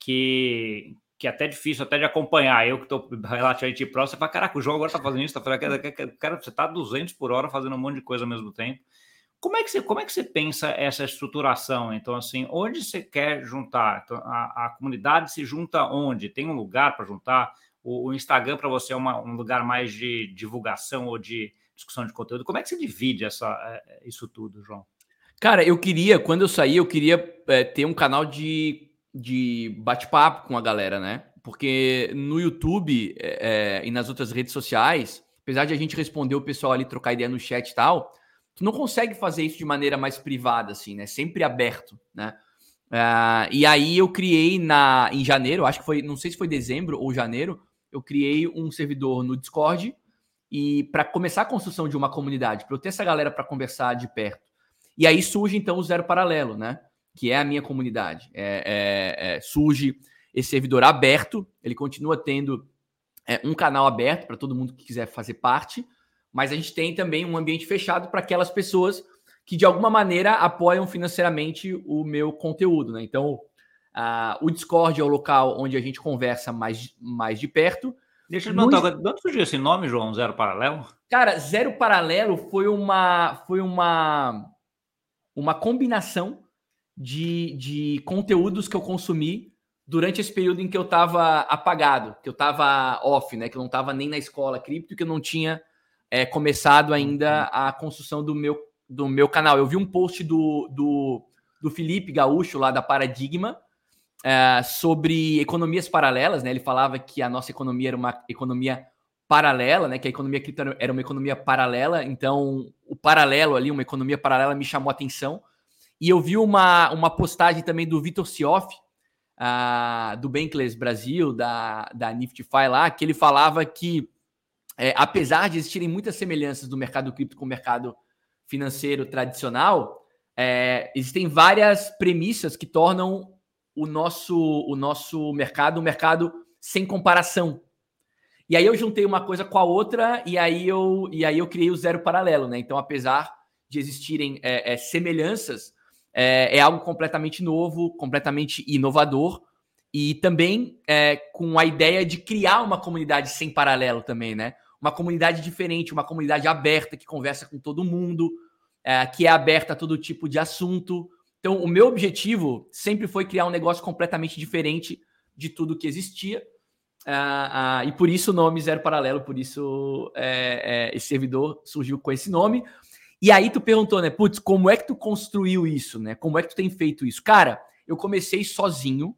que é até difícil até de acompanhar. Eu que estou relativamente próximo, você fala, caraca, o João agora está fazendo isso, cara, você está 200 por hora fazendo um monte de coisa ao mesmo tempo. Como é que você pensa essa estruturação? Então, assim, onde você quer juntar? Então, a comunidade se junta onde? Tem um lugar para juntar? O Instagram para você é um lugar mais de divulgação ou de discussão de conteúdo? Como é que você divide isso tudo, João? Cara, quando eu saí, eu queria ter um canal de bate-papo com a galera, né? Porque no YouTube e nas outras redes sociais, apesar de a gente responder o pessoal ali, trocar ideia no chat e tal, tu não consegue fazer isso de maneira mais privada, assim, né? Sempre aberto, né? E aí eu criei em janeiro, acho que foi, não sei se foi dezembro ou janeiro, eu criei um servidor no Discord e para começar a construção de uma comunidade, para eu ter essa galera para conversar de perto. E aí surge então o Zero Paralelo, né? Que é a minha comunidade. Surge esse servidor aberto, ele continua tendo um canal aberto para todo mundo que quiser fazer parte, mas a gente tem também um ambiente fechado para aquelas pessoas que de alguma maneira apoiam financeiramente o meu conteúdo, né? Então, o Discord é o local onde a gente conversa mais de perto. Deixa eu te perguntar, de onde surgiu esse nome, João, Zero Paralelo? Cara, Zero Paralelo foi uma combinação de conteúdos que eu consumi durante esse período em que eu estava apagado, que eu estava off, né? Que eu não estava nem na escola cripto, que eu não tinha começado ainda a construção do meu canal. Eu vi um post do Felipe Gaúcho, lá da Paradigma, sobre economias paralelas, né? Ele falava que a nossa economia era uma economia paralela, né? Que a economia cripto era uma economia paralela. Então, o paralelo ali, uma economia paralela, me chamou a atenção. E eu vi uma postagem também do Vitor Sioff, do Bankless Brasil, da Niftyfy lá, que ele falava que, apesar de existirem muitas semelhanças do mercado cripto com o mercado financeiro tradicional, existem várias premissas que tornam o nosso mercado um mercado sem comparação. E aí eu juntei uma coisa com a outra e aí eu criei o Zero Paralelo, né? Então, apesar de existirem semelhanças, é algo completamente novo, completamente inovador e também com a ideia de criar uma comunidade sem paralelo também, né? Uma comunidade diferente, uma comunidade aberta que conversa com todo mundo, que é aberta a todo tipo de assunto. Então, o meu objetivo sempre foi criar um negócio completamente diferente de tudo que existia. E por isso o nome Zero Paralelo, por isso esse servidor surgiu com esse nome. E aí tu perguntou, né? Putz, como é que tu construiu isso, né? Como é que tu tem feito isso? Cara, eu comecei sozinho,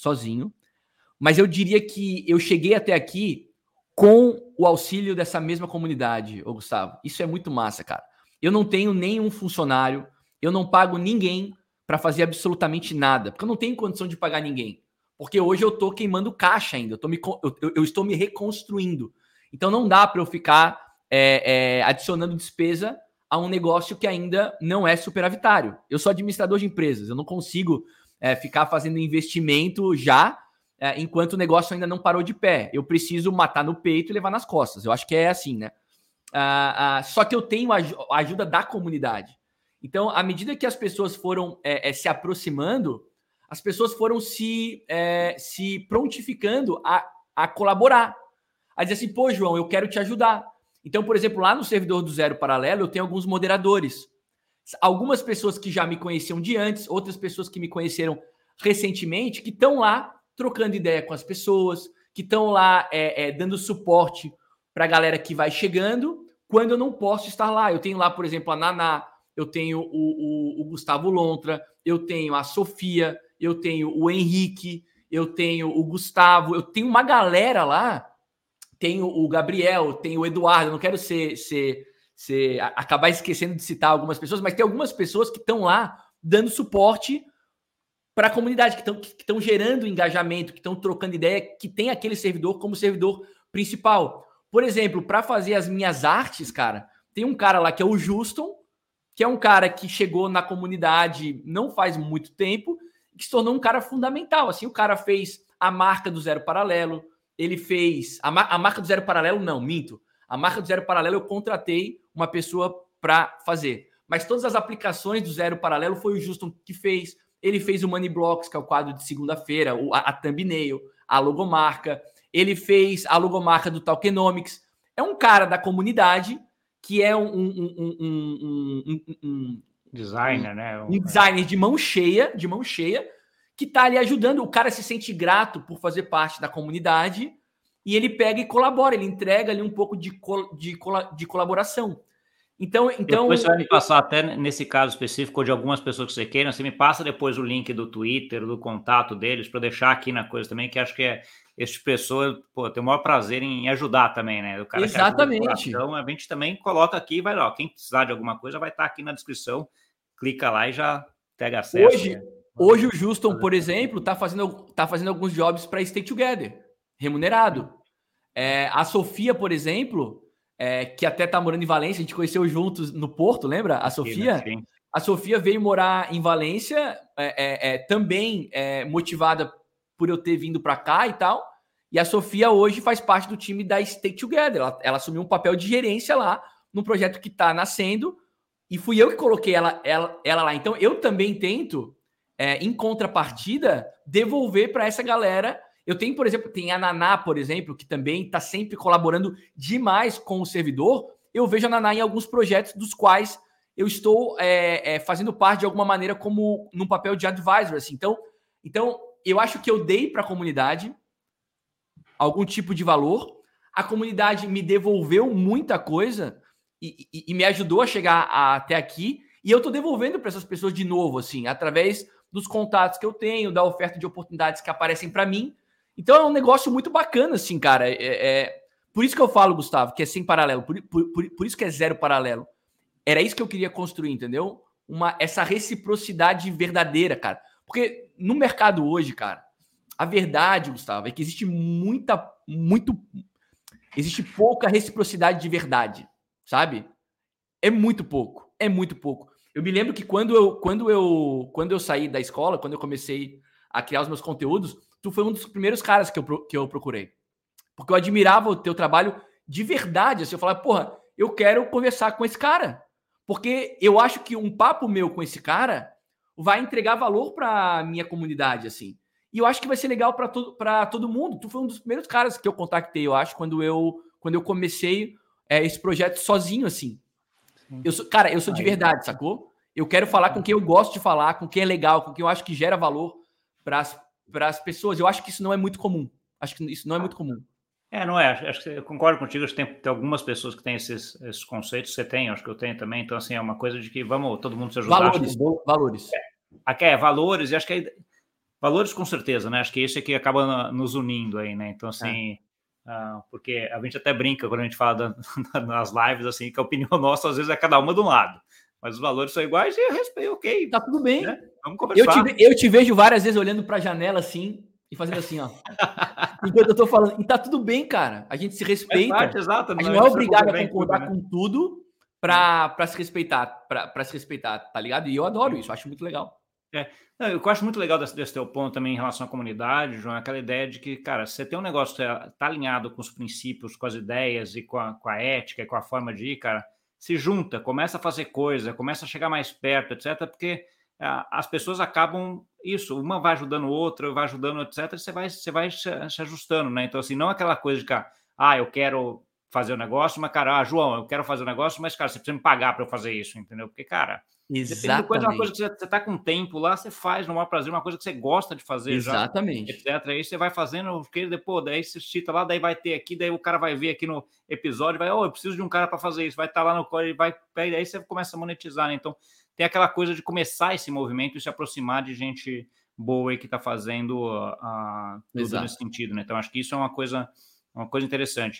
mas eu diria que eu cheguei até aqui com o auxílio dessa mesma comunidade, ô Gustavo. Isso é muito massa, cara. Eu não tenho nenhum funcionário, eu não pago ninguém para fazer absolutamente nada, porque eu não tenho condição de pagar ninguém. Porque hoje eu tô queimando caixa ainda, eu estou me reconstruindo. Então não dá para eu ficar adicionando despesa a um negócio que ainda não é superavitário. Eu sou administrador de empresas, eu não consigo ficar fazendo investimento já enquanto o negócio ainda não parou de pé. Eu preciso matar no peito e levar nas costas. Eu acho que é assim, né? Só que eu tenho a ajuda da comunidade. Então, à medida que as pessoas foram se aproximando, as pessoas foram se prontificando a colaborar. A dizer assim, pô, João, eu quero te ajudar. Então, por exemplo, lá no servidor do Zero Paralelo, eu tenho alguns moderadores. Algumas pessoas que já me conheciam de antes, outras pessoas que me conheceram recentemente, que estão lá trocando ideia com as pessoas, que estão lá dando suporte para a galera que vai chegando, quando eu não posso estar lá. Eu tenho lá, por exemplo, a Naná, eu tenho o Gustavo Lontra, eu tenho a Sofia, eu tenho o Henrique, eu tenho o Gustavo, eu tenho uma galera lá, tenho o Gabriel, tenho o Eduardo, eu não quero acabar esquecendo de citar algumas pessoas, mas tem algumas pessoas que estão lá dando suporte para a comunidade, que estão gerando engajamento, que estão trocando ideia, que tem aquele servidor como servidor principal. Por exemplo, para fazer as minhas artes, cara, tem um cara lá que é o Juston, que é um cara que chegou na comunidade não faz muito tempo, que se tornou um cara fundamental. Assim, o cara fez a marca do Zero Paralelo, ele fez... A marca do Zero Paralelo, não, minto. A marca do Zero Paralelo eu contratei uma pessoa para fazer. Mas todas as aplicações do Zero Paralelo foi o Juston que fez. Ele fez o Money Blocks, que é o quadro de segunda-feira, a thumbnail, a logomarca. Ele fez a logomarca do Tokenomics. É um cara da comunidade que é designer, né? Um designer de mão cheia, que está ali ajudando. O cara se sente grato por fazer parte da comunidade e ele pega e colabora, ele entrega ali um pouco de colaboração. Então, depois você vai me passar, até nesse caso específico, ou de algumas pessoas que você queira, você me passa depois o link do Twitter, do contato deles, para deixar aqui na coisa também, que acho que esse tipo de pessoa, pô, tem o maior prazer em ajudar também, né? O cara exatamente. Então, a gente também coloca aqui, vai lá, quem precisar de alguma coisa vai estar aqui na descrição, clica lá e já pega acesso. Hoje o Juston, por exemplo, tá fazendo alguns jobs para Stay Together, remunerado. A Sofia, por exemplo, que até tá morando em Valência, a gente conheceu juntos no Porto, lembra? A Sofia? Sim. A Sofia veio morar em Valência, também motivada por eu ter vindo para cá e tal. E a Sofia hoje faz parte do time da Stay Together. Ela assumiu um papel de gerência lá num projeto que está nascendo e fui eu que coloquei ela lá. Então, eu também tento, em contrapartida, devolver para essa galera. Eu tenho, por exemplo, tem a Naná, por exemplo, que também está sempre colaborando demais com o servidor. Eu vejo a Naná em alguns projetos dos quais eu estou fazendo parte de alguma maneira como num papel de advisor. Assim. Então, eu acho que eu dei para a comunidade algum tipo de valor. A comunidade me devolveu muita coisa e me ajudou a chegar até aqui. E eu estou devolvendo para essas pessoas de novo, assim, através dos contatos que eu tenho, da oferta de oportunidades que aparecem para mim. Então é um negócio muito bacana, assim, cara. Por isso que eu falo, Gustavo, que é sem paralelo. Por isso que é zero paralelo. Era isso que eu queria construir, entendeu? Essa reciprocidade verdadeira, cara. Porque no mercado hoje, cara, a verdade, Gustavo, é que existe existe pouca reciprocidade de verdade, sabe? É muito pouco. Eu me lembro que quando eu saí da escola, quando eu comecei a criar os meus conteúdos, tu foi um dos primeiros caras que eu procurei. Porque eu admirava o teu trabalho de verdade. Assim, eu falava, porra, eu quero conversar com esse cara. Porque eu acho que um papo meu com esse cara vai entregar valor para minha comunidade, assim. E eu acho que vai ser legal para todo mundo. Tu foi um dos primeiros caras que eu contactei, eu acho, quando eu comecei esse projeto sozinho, assim. Eu sou de verdade, sacou? Eu quero falar com quem eu gosto de falar, com quem é legal, com quem eu acho que gera valor para as pessoas. Eu acho que isso não é muito comum. Não é. Acho que eu concordo contigo. Acho que tem algumas pessoas que têm esses conceitos. Você tem, acho que eu tenho também. Então, assim, é uma coisa de que vamos todo mundo se ajudar. Valores. Valores, e acho que valores com certeza, né? Acho que isso é que acaba nos unindo aí, né? Então, assim, porque a gente até brinca quando a gente fala nas lives, assim, que a opinião nossa às vezes é cada uma de um lado. Mas os valores são iguais e eu respeito, ok. Tá tudo bem. Né? Vamos conversar. Eu te vejo várias vezes olhando para a janela assim e fazendo assim, ó. Enquanto eu tô falando. E tá tudo bem, cara. A gente se respeita. Exato, a gente não é obrigado a concordar com tudo para se respeitar, para se respeitar, tá ligado? E eu adoro isso, acho muito legal. Não, eu acho muito legal desse teu ponto também em relação à comunidade, João, é aquela ideia de que, cara, você tem um negócio que tá alinhado com os princípios, com as ideias e com a ética e com a forma de ir, cara, se junta, começa a fazer coisa, começa a chegar mais perto, etc., porque as pessoas acabam isso, uma vai ajudando outra, vai ajudando, etc., e você vai se ajustando, né? Então, assim, não aquela coisa de, cara, eu quero fazer o negócio, mas, cara, João, eu quero fazer o negócio, mas, cara, você precisa me pagar para eu fazer isso, entendeu? Porque, cara, dependendo da coisa, uma coisa que você tá com tempo lá, você faz no maior prazer, uma coisa que você gosta de fazer. Exatamente. Já, etc. Aí você vai fazendo, porque depois, daí você cita lá, daí vai ter aqui, daí o cara vai ver aqui no episódio, vai, eu preciso de um cara para fazer isso, vai estar lá no código, aí você começa a monetizar, né? Então, tem aquela coisa de começar esse movimento e se aproximar de gente boa aí que está fazendo tudo nesse sentido, né? Então, acho que isso é uma coisa interessante.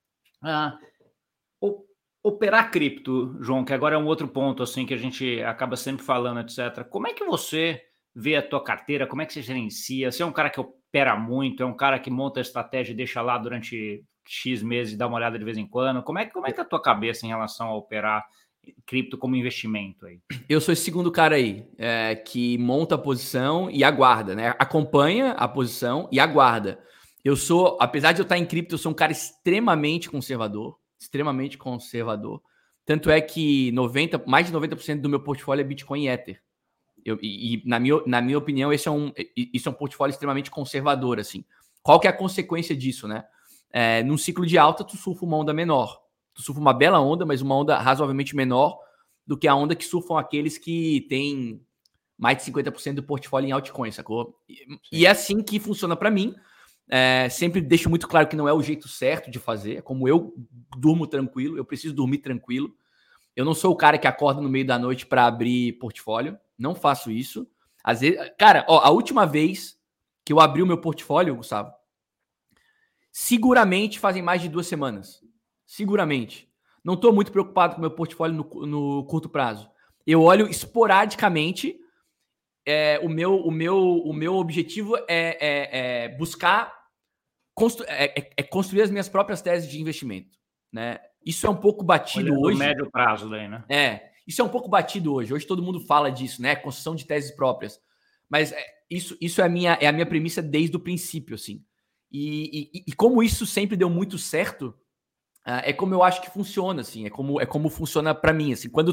Operar cripto, João, que agora é um outro ponto assim que a gente acaba sempre falando, etc. Como é que você vê a tua carteira? Como é que você gerencia? Você é um cara que opera muito? É um cara que monta a estratégia e deixa lá durante X meses e dá uma olhada de vez em quando? Como é que é a tua cabeça em relação a operar cripto como investimento aí? Eu sou esse segundo cara aí, que monta a posição e aguarda, né? Acompanha a posição e aguarda. Apesar de eu estar em cripto, eu sou um cara extremamente conservador. Tanto é que mais de 90% do meu portfólio é Bitcoin e Ether. Na minha opinião, isso é um portfólio extremamente conservador, assim. Qual que é a consequência disso, né? Num ciclo de alta, tu surfa uma onda menor. Tu surfa uma bela onda, mas uma onda razoavelmente menor do que a onda que surfam aqueles que têm mais de 50% do portfólio em altcoins, sacou? E é assim que funciona para mim. Sempre deixo muito claro que não é o jeito certo de fazer. É como eu durmo tranquilo, eu preciso dormir tranquilo. Eu não sou o cara que acorda no meio da noite para abrir portfólio. Não faço isso. Às vezes, cara, a última vez que eu abri o meu portfólio, Gustavo, seguramente fazem mais de 2 semanas. Seguramente. Não estou muito preocupado com o meu portfólio no curto prazo. Eu olho esporadicamente. O meu objetivo é buscar construir as minhas próprias teses de investimento, né? Isso é um pouco batido hoje. No médio prazo daí, né? Isso é um pouco batido hoje. Hoje todo mundo fala disso, né? Construção de teses próprias. Mas isso é a minha premissa desde o princípio, assim. E como isso sempre deu muito certo, é como eu acho que funciona, assim, é como funciona para mim, assim, quando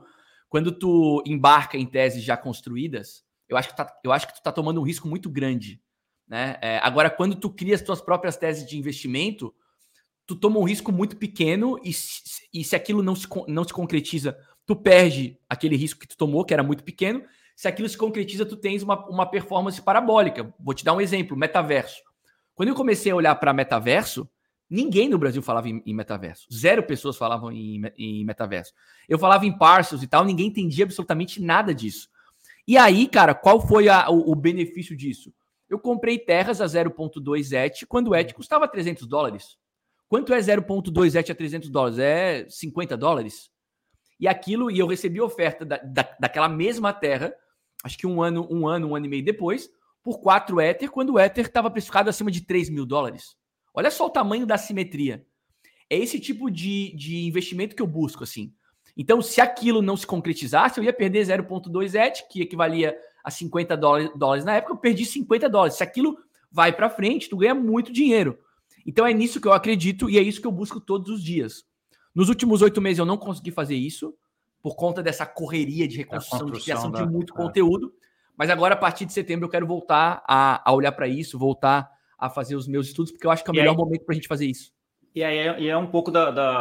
tu embarca em teses já construídas, eu acho que tu tá tomando um risco muito grande, né? Agora, quando tu cria as tuas próprias teses de investimento, tu toma um risco muito pequeno e se aquilo não se concretiza, tu perde aquele risco que tu tomou, que era muito pequeno. Se aquilo se concretiza, tu tens uma performance parabólica. Vou te dar um exemplo, metaverso. Quando eu comecei a olhar para metaverso, ninguém no Brasil falava em metaverso. 0 pessoas falavam em metaverso. Eu falava em parcels e tal, ninguém entendia absolutamente nada disso. E aí, cara, qual foi o benefício disso? Eu comprei terras a 0,2 ETH quando o ETH custava $300. Quanto é 0,2 ETH a $300? É $50. E eu recebi oferta daquela mesma terra, acho que um ano e meio depois, por 4 Ether, quando o Ether estava precificado acima de $3.000. Olha só o tamanho da simetria. É esse tipo de investimento que eu busco, assim. Então, se aquilo não se concretizasse, eu ia perder 0,2 ETH, que equivalia a $50 na época, eu perdi $50. Se aquilo vai para frente, tu ganha muito dinheiro. Então, é nisso que eu acredito e é isso que eu busco todos os dias. Nos últimos 8 meses, eu não consegui fazer isso, por conta dessa correria de reconstrução, de criação de muito conteúdo. Mas agora, a partir de setembro, eu quero voltar a olhar para isso, voltar a fazer os meus estudos, porque eu acho que é o melhor momento para a gente fazer isso. E é um pouco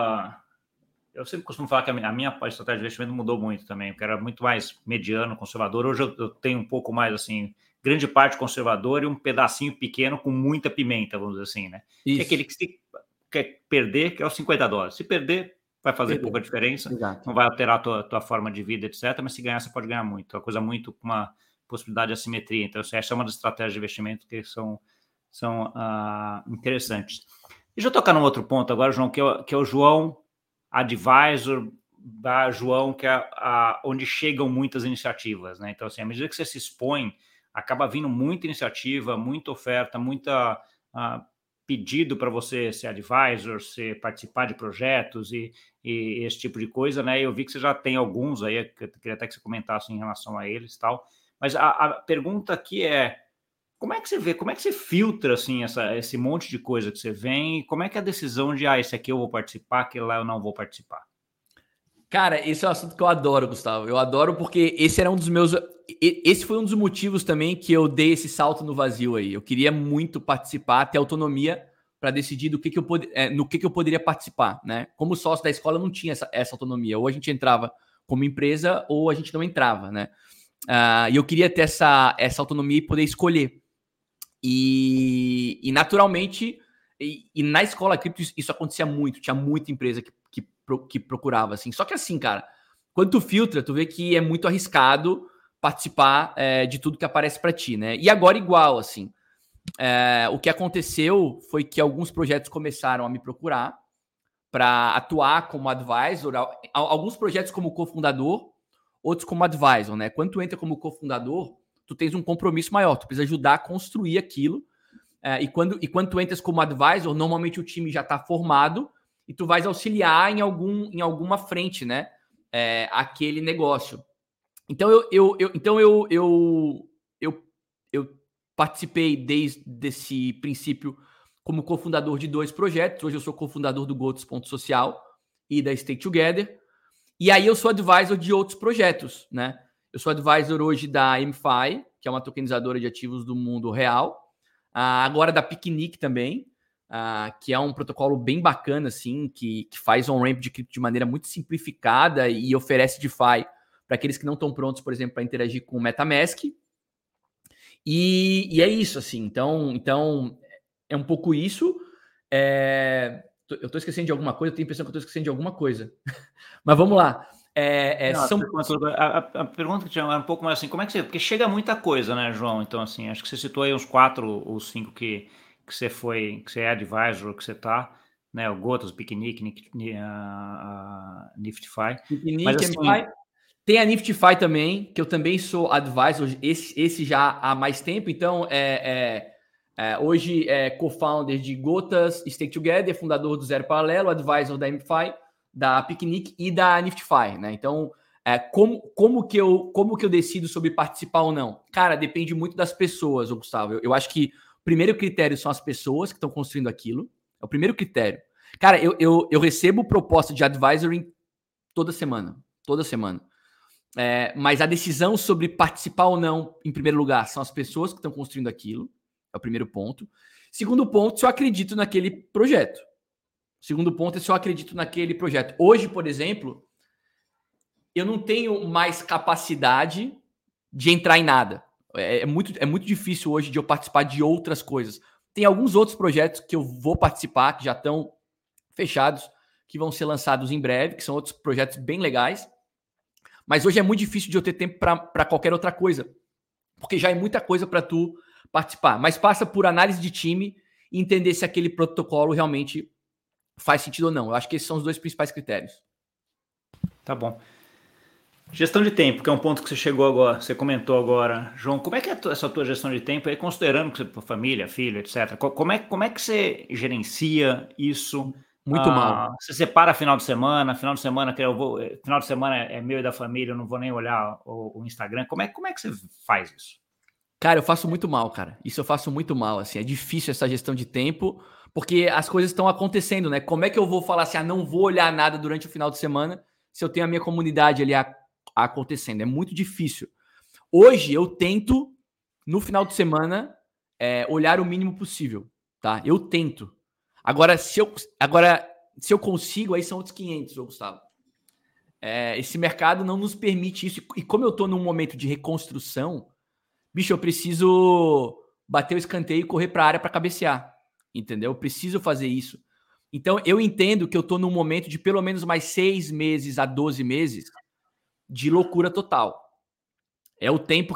eu sempre costumo falar que a minha estratégia de investimento mudou muito também, porque era muito mais mediano, conservador. Hoje eu tenho um pouco mais, assim, grande parte conservador e um pedacinho pequeno com muita pimenta, vamos dizer assim, né? Isso. Que é aquele que se quer perder, que é os $50. Se perder, vai fazer pouca diferença, exato, não vai alterar a tua forma de vida, etc. Mas se ganhar, você pode ganhar muito. É uma coisa muito com uma possibilidade de assimetria. Então, essa é uma das estratégias de investimento que são interessantes. Deixa eu tocar num outro ponto agora, João, que é o João Advisor, João, que é onde chegam muitas iniciativas, né? Então, assim, à medida que você se expõe, acaba vindo muita iniciativa, muita oferta, muita pedido para você ser advisor, participar de projetos e esse tipo de coisa, né? Eu vi que você já tem alguns aí, eu queria até que você comentasse em relação a eles e tal. Mas a pergunta aqui é: como é que você vê, como é que você filtra assim, esse monte de coisa que você vê e como é que é a decisão de esse aqui eu vou participar, aquele lá eu não vou participar? Cara, esse é um assunto que eu adoro, Gustavo. Eu adoro porque esse foi um dos motivos também que eu dei esse salto no vazio aí. Eu queria muito participar, ter autonomia para decidir no que eu poderia participar, né? Como sócio da escola, eu não tinha essa autonomia. Ou a gente entrava como empresa ou a gente não entrava, né? E eu queria ter essa autonomia e poder escolher. E naturalmente, e na escola cripto isso acontecia muito. Tinha muita empresa que procurava, assim. Só que assim, cara, quando tu filtra, tu vê que é muito arriscado participar de tudo que aparece para ti, né? E agora igual, assim. O que aconteceu foi que alguns projetos começaram a me procurar para atuar como advisor. Alguns projetos como cofundador, outros como advisor, né? Quando tu entra como cofundador, tu tens um compromisso maior, tu precisa ajudar a construir aquilo. E quando tu entras como advisor, normalmente o time já está formado e tu vais auxiliar em alguma frente, né? Aquele negócio. Então eu participei desde esse princípio como cofundador de 2 projetos. Hoje eu sou cofundador do Gotos.social e da Stay Together. E aí eu sou advisor de outros projetos, né? Eu sou advisor hoje da MFi, que é uma tokenizadora de ativos do mundo real. Agora da Picnic também, que é um protocolo bem bacana, assim, que faz on-ramp de cripto de maneira muito simplificada e oferece DeFi para aqueles que não estão prontos, por exemplo, para interagir com o MetaMask. E é isso, assim. Então é um pouco isso. Eu estou esquecendo de alguma coisa, eu tenho a impressão que eu estou esquecendo de alguma coisa. Mas vamos lá. A pergunta que tinha era um pouco mais assim, como é que você... Porque chega muita coisa, né, João? Então, assim, acho que você citou aí uns 4 ou 5 que você é advisor, que você tá, né? O Gotas, o Picnic, Nifty-Fi. Picnic, mas, assim, MFi. Tem a Nifty-Fi também, que eu também sou advisor, esse já há mais tempo. Então, hoje é co-founder de Gotas, Stay Together, fundador do Zero Paralelo, advisor da MFi, da Picnic e da Nifty-Fi, né? Então, como que eu decido sobre participar ou não? Cara, depende muito das pessoas, Gustavo. Eu acho que o primeiro critério são as pessoas que estão construindo aquilo. É o primeiro critério. Cara, eu recebo proposta de advisory toda semana. Mas a decisão sobre participar ou não, em primeiro lugar, são as pessoas que estão construindo aquilo. É o primeiro ponto. Segundo ponto, se eu acredito naquele projeto. Segundo ponto é se eu acredito naquele projeto. Hoje, por exemplo, eu não tenho mais capacidade de entrar em nada. É muito difícil hoje de eu participar de outras coisas. Tem alguns outros projetos que eu vou participar, que já estão fechados, que vão ser lançados em breve, que são outros projetos bem legais. Mas hoje é muito difícil de eu ter tempo para qualquer outra coisa, porque já é muita coisa para tu participar. Mas passa por análise de time e entender se aquele protocolo realmente faz sentido ou não. Eu acho que esses são os 2 principais critérios. Tá bom. Gestão de tempo, que é um ponto que você chegou agora, você comentou agora. João, como é que é essa tua gestão de tempo aí, considerando que você família, filho, etc. Como é que você gerencia isso? Muito mal. Você separa final de semana que final de semana é meu e da família, eu não vou nem olhar o Instagram. Como é que você faz isso? Cara, eu faço muito mal, cara. Isso eu faço muito mal, assim. É difícil essa gestão de tempo, porque as coisas estão acontecendo, né? Como é que eu vou falar assim, não vou olhar nada durante o final de semana se eu tenho a minha comunidade ali acontecendo? É muito difícil. Hoje eu tento, no final de semana, olhar o mínimo possível, tá? Eu tento. Agora, se eu consigo, aí são outros 500, Gustavo. Esse mercado não nos permite isso. E como eu tô num momento de reconstrução, bicho, eu preciso bater o escanteio e correr para a área para cabecear, entendeu? Eu preciso fazer isso. Então, eu entendo que eu tô num momento de pelo menos mais 6 meses a 12 meses de loucura total. É o tempo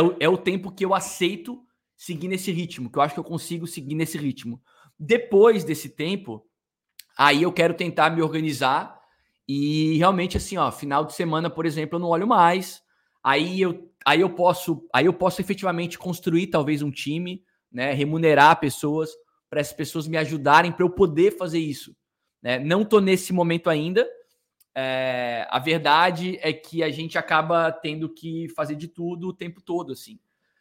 que eu aceito seguir nesse ritmo, que eu acho que eu consigo seguir nesse ritmo. Depois desse tempo, aí eu quero tentar me organizar e realmente, assim, final de semana, por exemplo, eu não olho mais. Aí eu posso efetivamente construir talvez um time, né, remunerar pessoas para essas pessoas me ajudarem para eu poder fazer isso, né? Não tô nesse momento ainda. A verdade é que a gente acaba tendo que fazer de tudo o tempo todo, assim.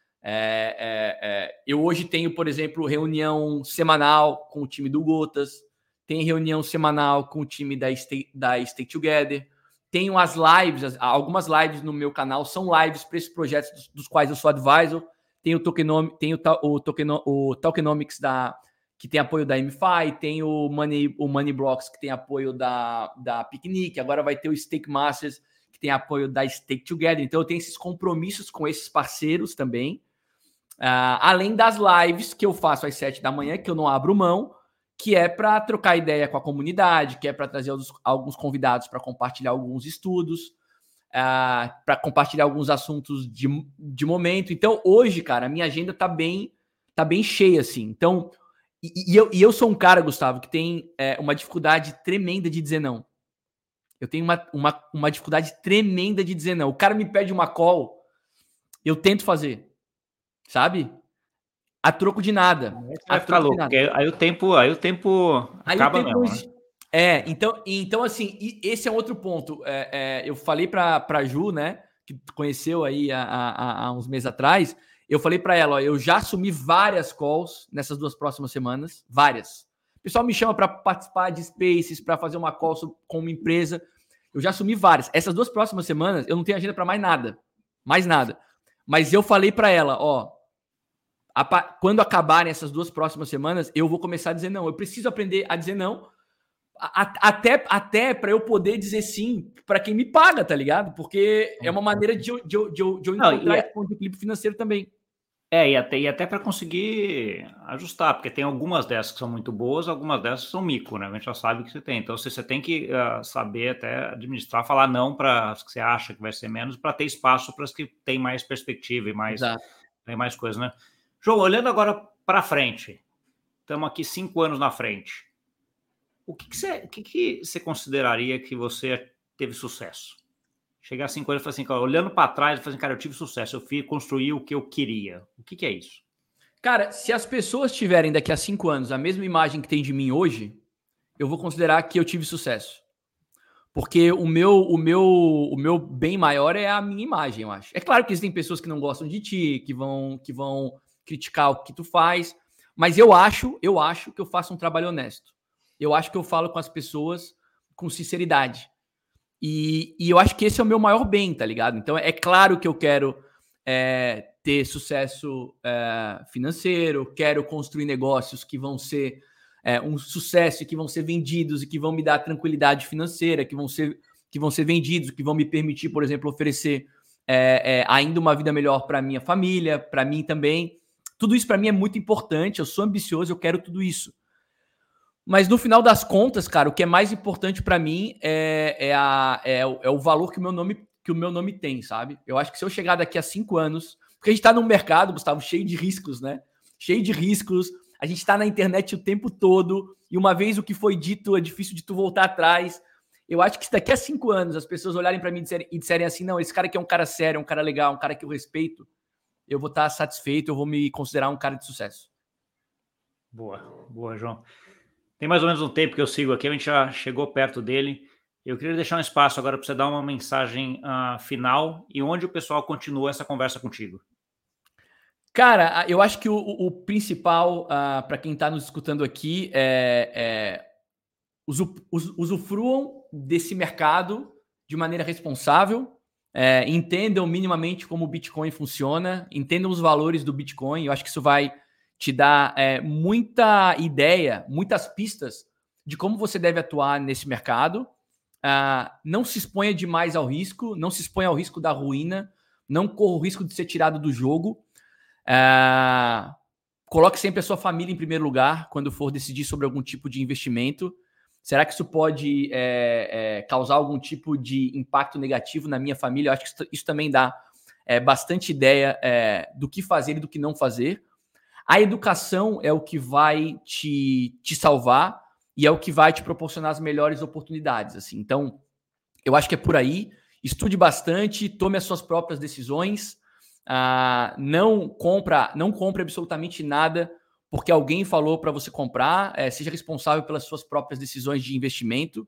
Eu hoje tenho, por exemplo, reunião semanal com o time do Gotas, tem reunião semanal com o time da Stay Together, tenho as lives, algumas lives no meu canal são lives para esses projetos dos quais eu sou advisor. Tem o Tokenomics que tem apoio da MFI, tem o Money Blocks que tem apoio da Picnic, agora vai ter o Stake Masters que tem apoio da Stake Together. Então eu tenho esses compromissos com esses parceiros também. Além das lives que eu faço às 7 da manhã, que eu não abro mão, que é para trocar ideia com a comunidade, que é para trazer alguns convidados para compartilhar alguns estudos, para compartilhar alguns assuntos de momento. Então, hoje, cara, a minha agenda tá bem cheia, assim. Então, eu sou um cara, Gustavo, que tem uma dificuldade tremenda de dizer não. Eu tenho uma dificuldade tremenda de dizer não. O cara me pede uma call, eu tento fazer, sabe? A troco de nada. Vai ficar louco, porque aí o tempo acaba mesmo, né? Então, assim, esse é outro ponto. Eu falei pra Ju, né, que conheceu aí há uns meses atrás, eu falei pra ela, eu já assumi várias calls nessas 2 próximas semanas, várias. O pessoal me chama para participar de Spaces, para fazer uma call com uma empresa. Eu já assumi várias. Essas 2 próximas semanas, eu não tenho agenda para mais nada. Mas eu falei para ela, quando acabarem essas 2 próximas semanas, eu vou começar a dizer não. Eu preciso aprender a dizer não, até para eu poder dizer sim para quem me paga, tá ligado? Porque é uma maneira de eu encontrar esse ponto de equilíbrio financeiro também. E até para conseguir ajustar, porque tem algumas dessas que são muito boas, algumas dessas são mico, né? A gente já sabe que você tem. Então, você tem que saber até administrar, falar não para as que você acha que vai ser menos, para ter espaço para as que tem mais perspectiva e tem mais coisas, né? João, olhando agora para frente, estamos aqui 5 anos na frente. O que você consideraria que você teve sucesso? Chegar a 5 anos e falar assim, cara, olhando para trás, eu falei assim, cara, eu tive sucesso, eu construí o que eu queria. O que é isso? Cara, se as pessoas tiverem daqui a 5 anos a mesma imagem que tem de mim hoje, eu vou considerar que eu tive sucesso. Porque o meu bem maior é a minha imagem, eu acho. É claro que existem pessoas que não gostam de ti, que vão criticar o que tu faz, mas eu acho que eu faço um trabalho honesto. eu acho que eu falo com as pessoas com sinceridade. E eu acho que esse é o meu maior bem, tá ligado? Então, é claro que eu quero ter sucesso financeiro, quero construir negócios que vão ser um sucesso, que vão ser vendidos e que vão me dar tranquilidade financeira, que vão ser vendidos, que vão me permitir, por exemplo, oferecer ainda uma vida melhor para minha família, para mim também. Tudo isso para mim é muito importante, eu sou ambicioso, eu quero tudo isso. Mas no final das contas, cara, o que é mais importante para mim é o valor que o meu nome tem, sabe? Eu acho que se eu chegar daqui a 5 anos, porque a gente tá num mercado, Gustavo, cheio de riscos, né? Cheio de riscos, a gente tá na internet o tempo todo, e uma vez o que foi dito é difícil de tu voltar atrás. Eu acho que se daqui a 5 anos as pessoas olharem para mim e disserem assim, não, esse cara aqui é um cara sério, um cara legal, um cara que eu respeito, eu vou estar satisfeito, eu vou me considerar um cara de sucesso. Boa, João. Tem mais ou menos um tempo que eu sigo aqui, a gente já chegou perto dele. Eu queria deixar um espaço agora para você dar uma mensagem final e onde o pessoal continua essa conversa contigo. Cara, eu acho que o principal para quem está nos escutando aqui usufruam desse mercado de maneira responsável, entendam minimamente como o Bitcoin funciona, entendam os valores do Bitcoin. Eu acho que isso vai te dar muita ideia, muitas pistas de como você deve atuar nesse mercado. Não se exponha demais ao risco, não se exponha ao risco da ruína, não corra o risco de ser tirado do jogo. Coloque sempre a sua família em primeiro lugar quando for decidir sobre algum tipo de investimento. Será que isso pode causar algum tipo de impacto negativo na minha família? Eu acho que isso também dá bastante ideia do que fazer e do que não fazer. A educação é o que vai te salvar e é o que vai te proporcionar as melhores oportunidades. Assim. Então, eu acho que é por aí. Estude bastante, tome as suas próprias decisões. Não compre absolutamente nada porque alguém falou para você comprar. Seja responsável pelas suas próprias decisões de investimento.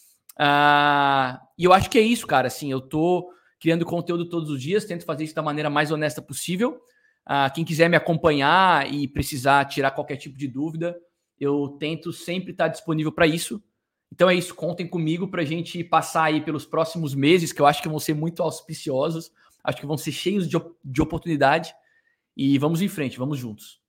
E eu acho que é isso, cara. Assim, eu tô criando conteúdo todos os dias, tento fazer isso da maneira mais honesta possível. Quem quiser me acompanhar e precisar tirar qualquer tipo de dúvida, eu tento sempre estar disponível para isso. Então é isso, contem comigo para a gente passar aí pelos próximos meses, que eu acho que vão ser muito auspiciosos, acho que vão ser cheios de oportunidade, e vamos em frente, vamos juntos.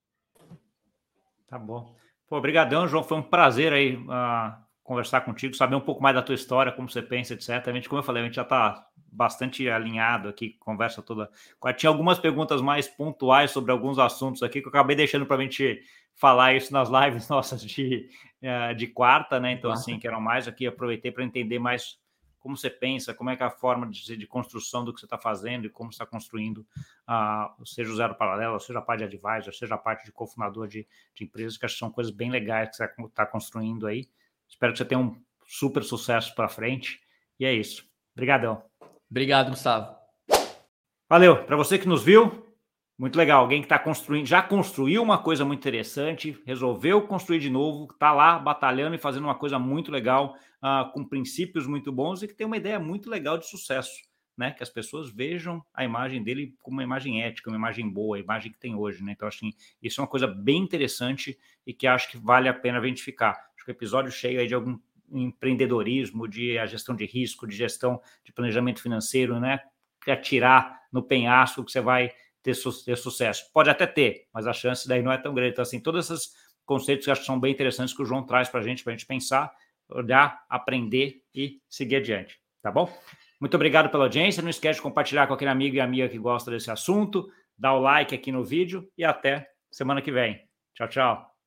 Tá bom. Obrigadão, João, foi um prazer aí conversar contigo, saber um pouco mais da tua história, como você pensa, etc. Como eu falei, a gente já está bastante alinhado aqui, conversa toda. Tinha algumas perguntas mais pontuais sobre alguns assuntos aqui que eu acabei deixando para a gente falar isso nas lives nossas de quarta, né? Então, assim, que eram mais aqui, aproveitei para entender mais como você pensa, como é que é a forma de construção do que você está fazendo e como você está construindo, seja o Zero Paralelo, seja a parte de advisor, seja a parte de cofundador de empresas, que acho que são coisas bem legais que você está construindo aí. Espero que você tenha um super sucesso para frente. E é isso. Obrigadão. Obrigado, Gustavo. Valeu. Para você que nos viu, muito legal. Alguém que está construindo, já construiu uma coisa muito interessante, resolveu construir de novo, está lá batalhando e fazendo uma coisa muito legal, com princípios muito bons e que tem uma ideia muito legal de sucesso, né? Que as pessoas vejam a imagem dele como uma imagem ética, uma imagem boa, a imagem que tem hoje, né? Então, assim, isso é uma coisa bem interessante e que acho que vale a pena identificar. Acho que o episódio cheio aí de algum empreendedorismo, de a gestão de risco, de gestão de planejamento financeiro, né? Que atirar no penhasco que você vai ter sucesso. Pode até ter, mas a chance daí não é tão grande. Então, assim, todos esses conceitos que eu acho que são bem interessantes que o João traz para a gente pensar, olhar, aprender e seguir adiante, tá bom? Muito obrigado pela audiência. Não esquece de compartilhar com aquele amigo e amiga que gosta desse assunto, dá o like aqui no vídeo e até semana que vem. Tchau, tchau.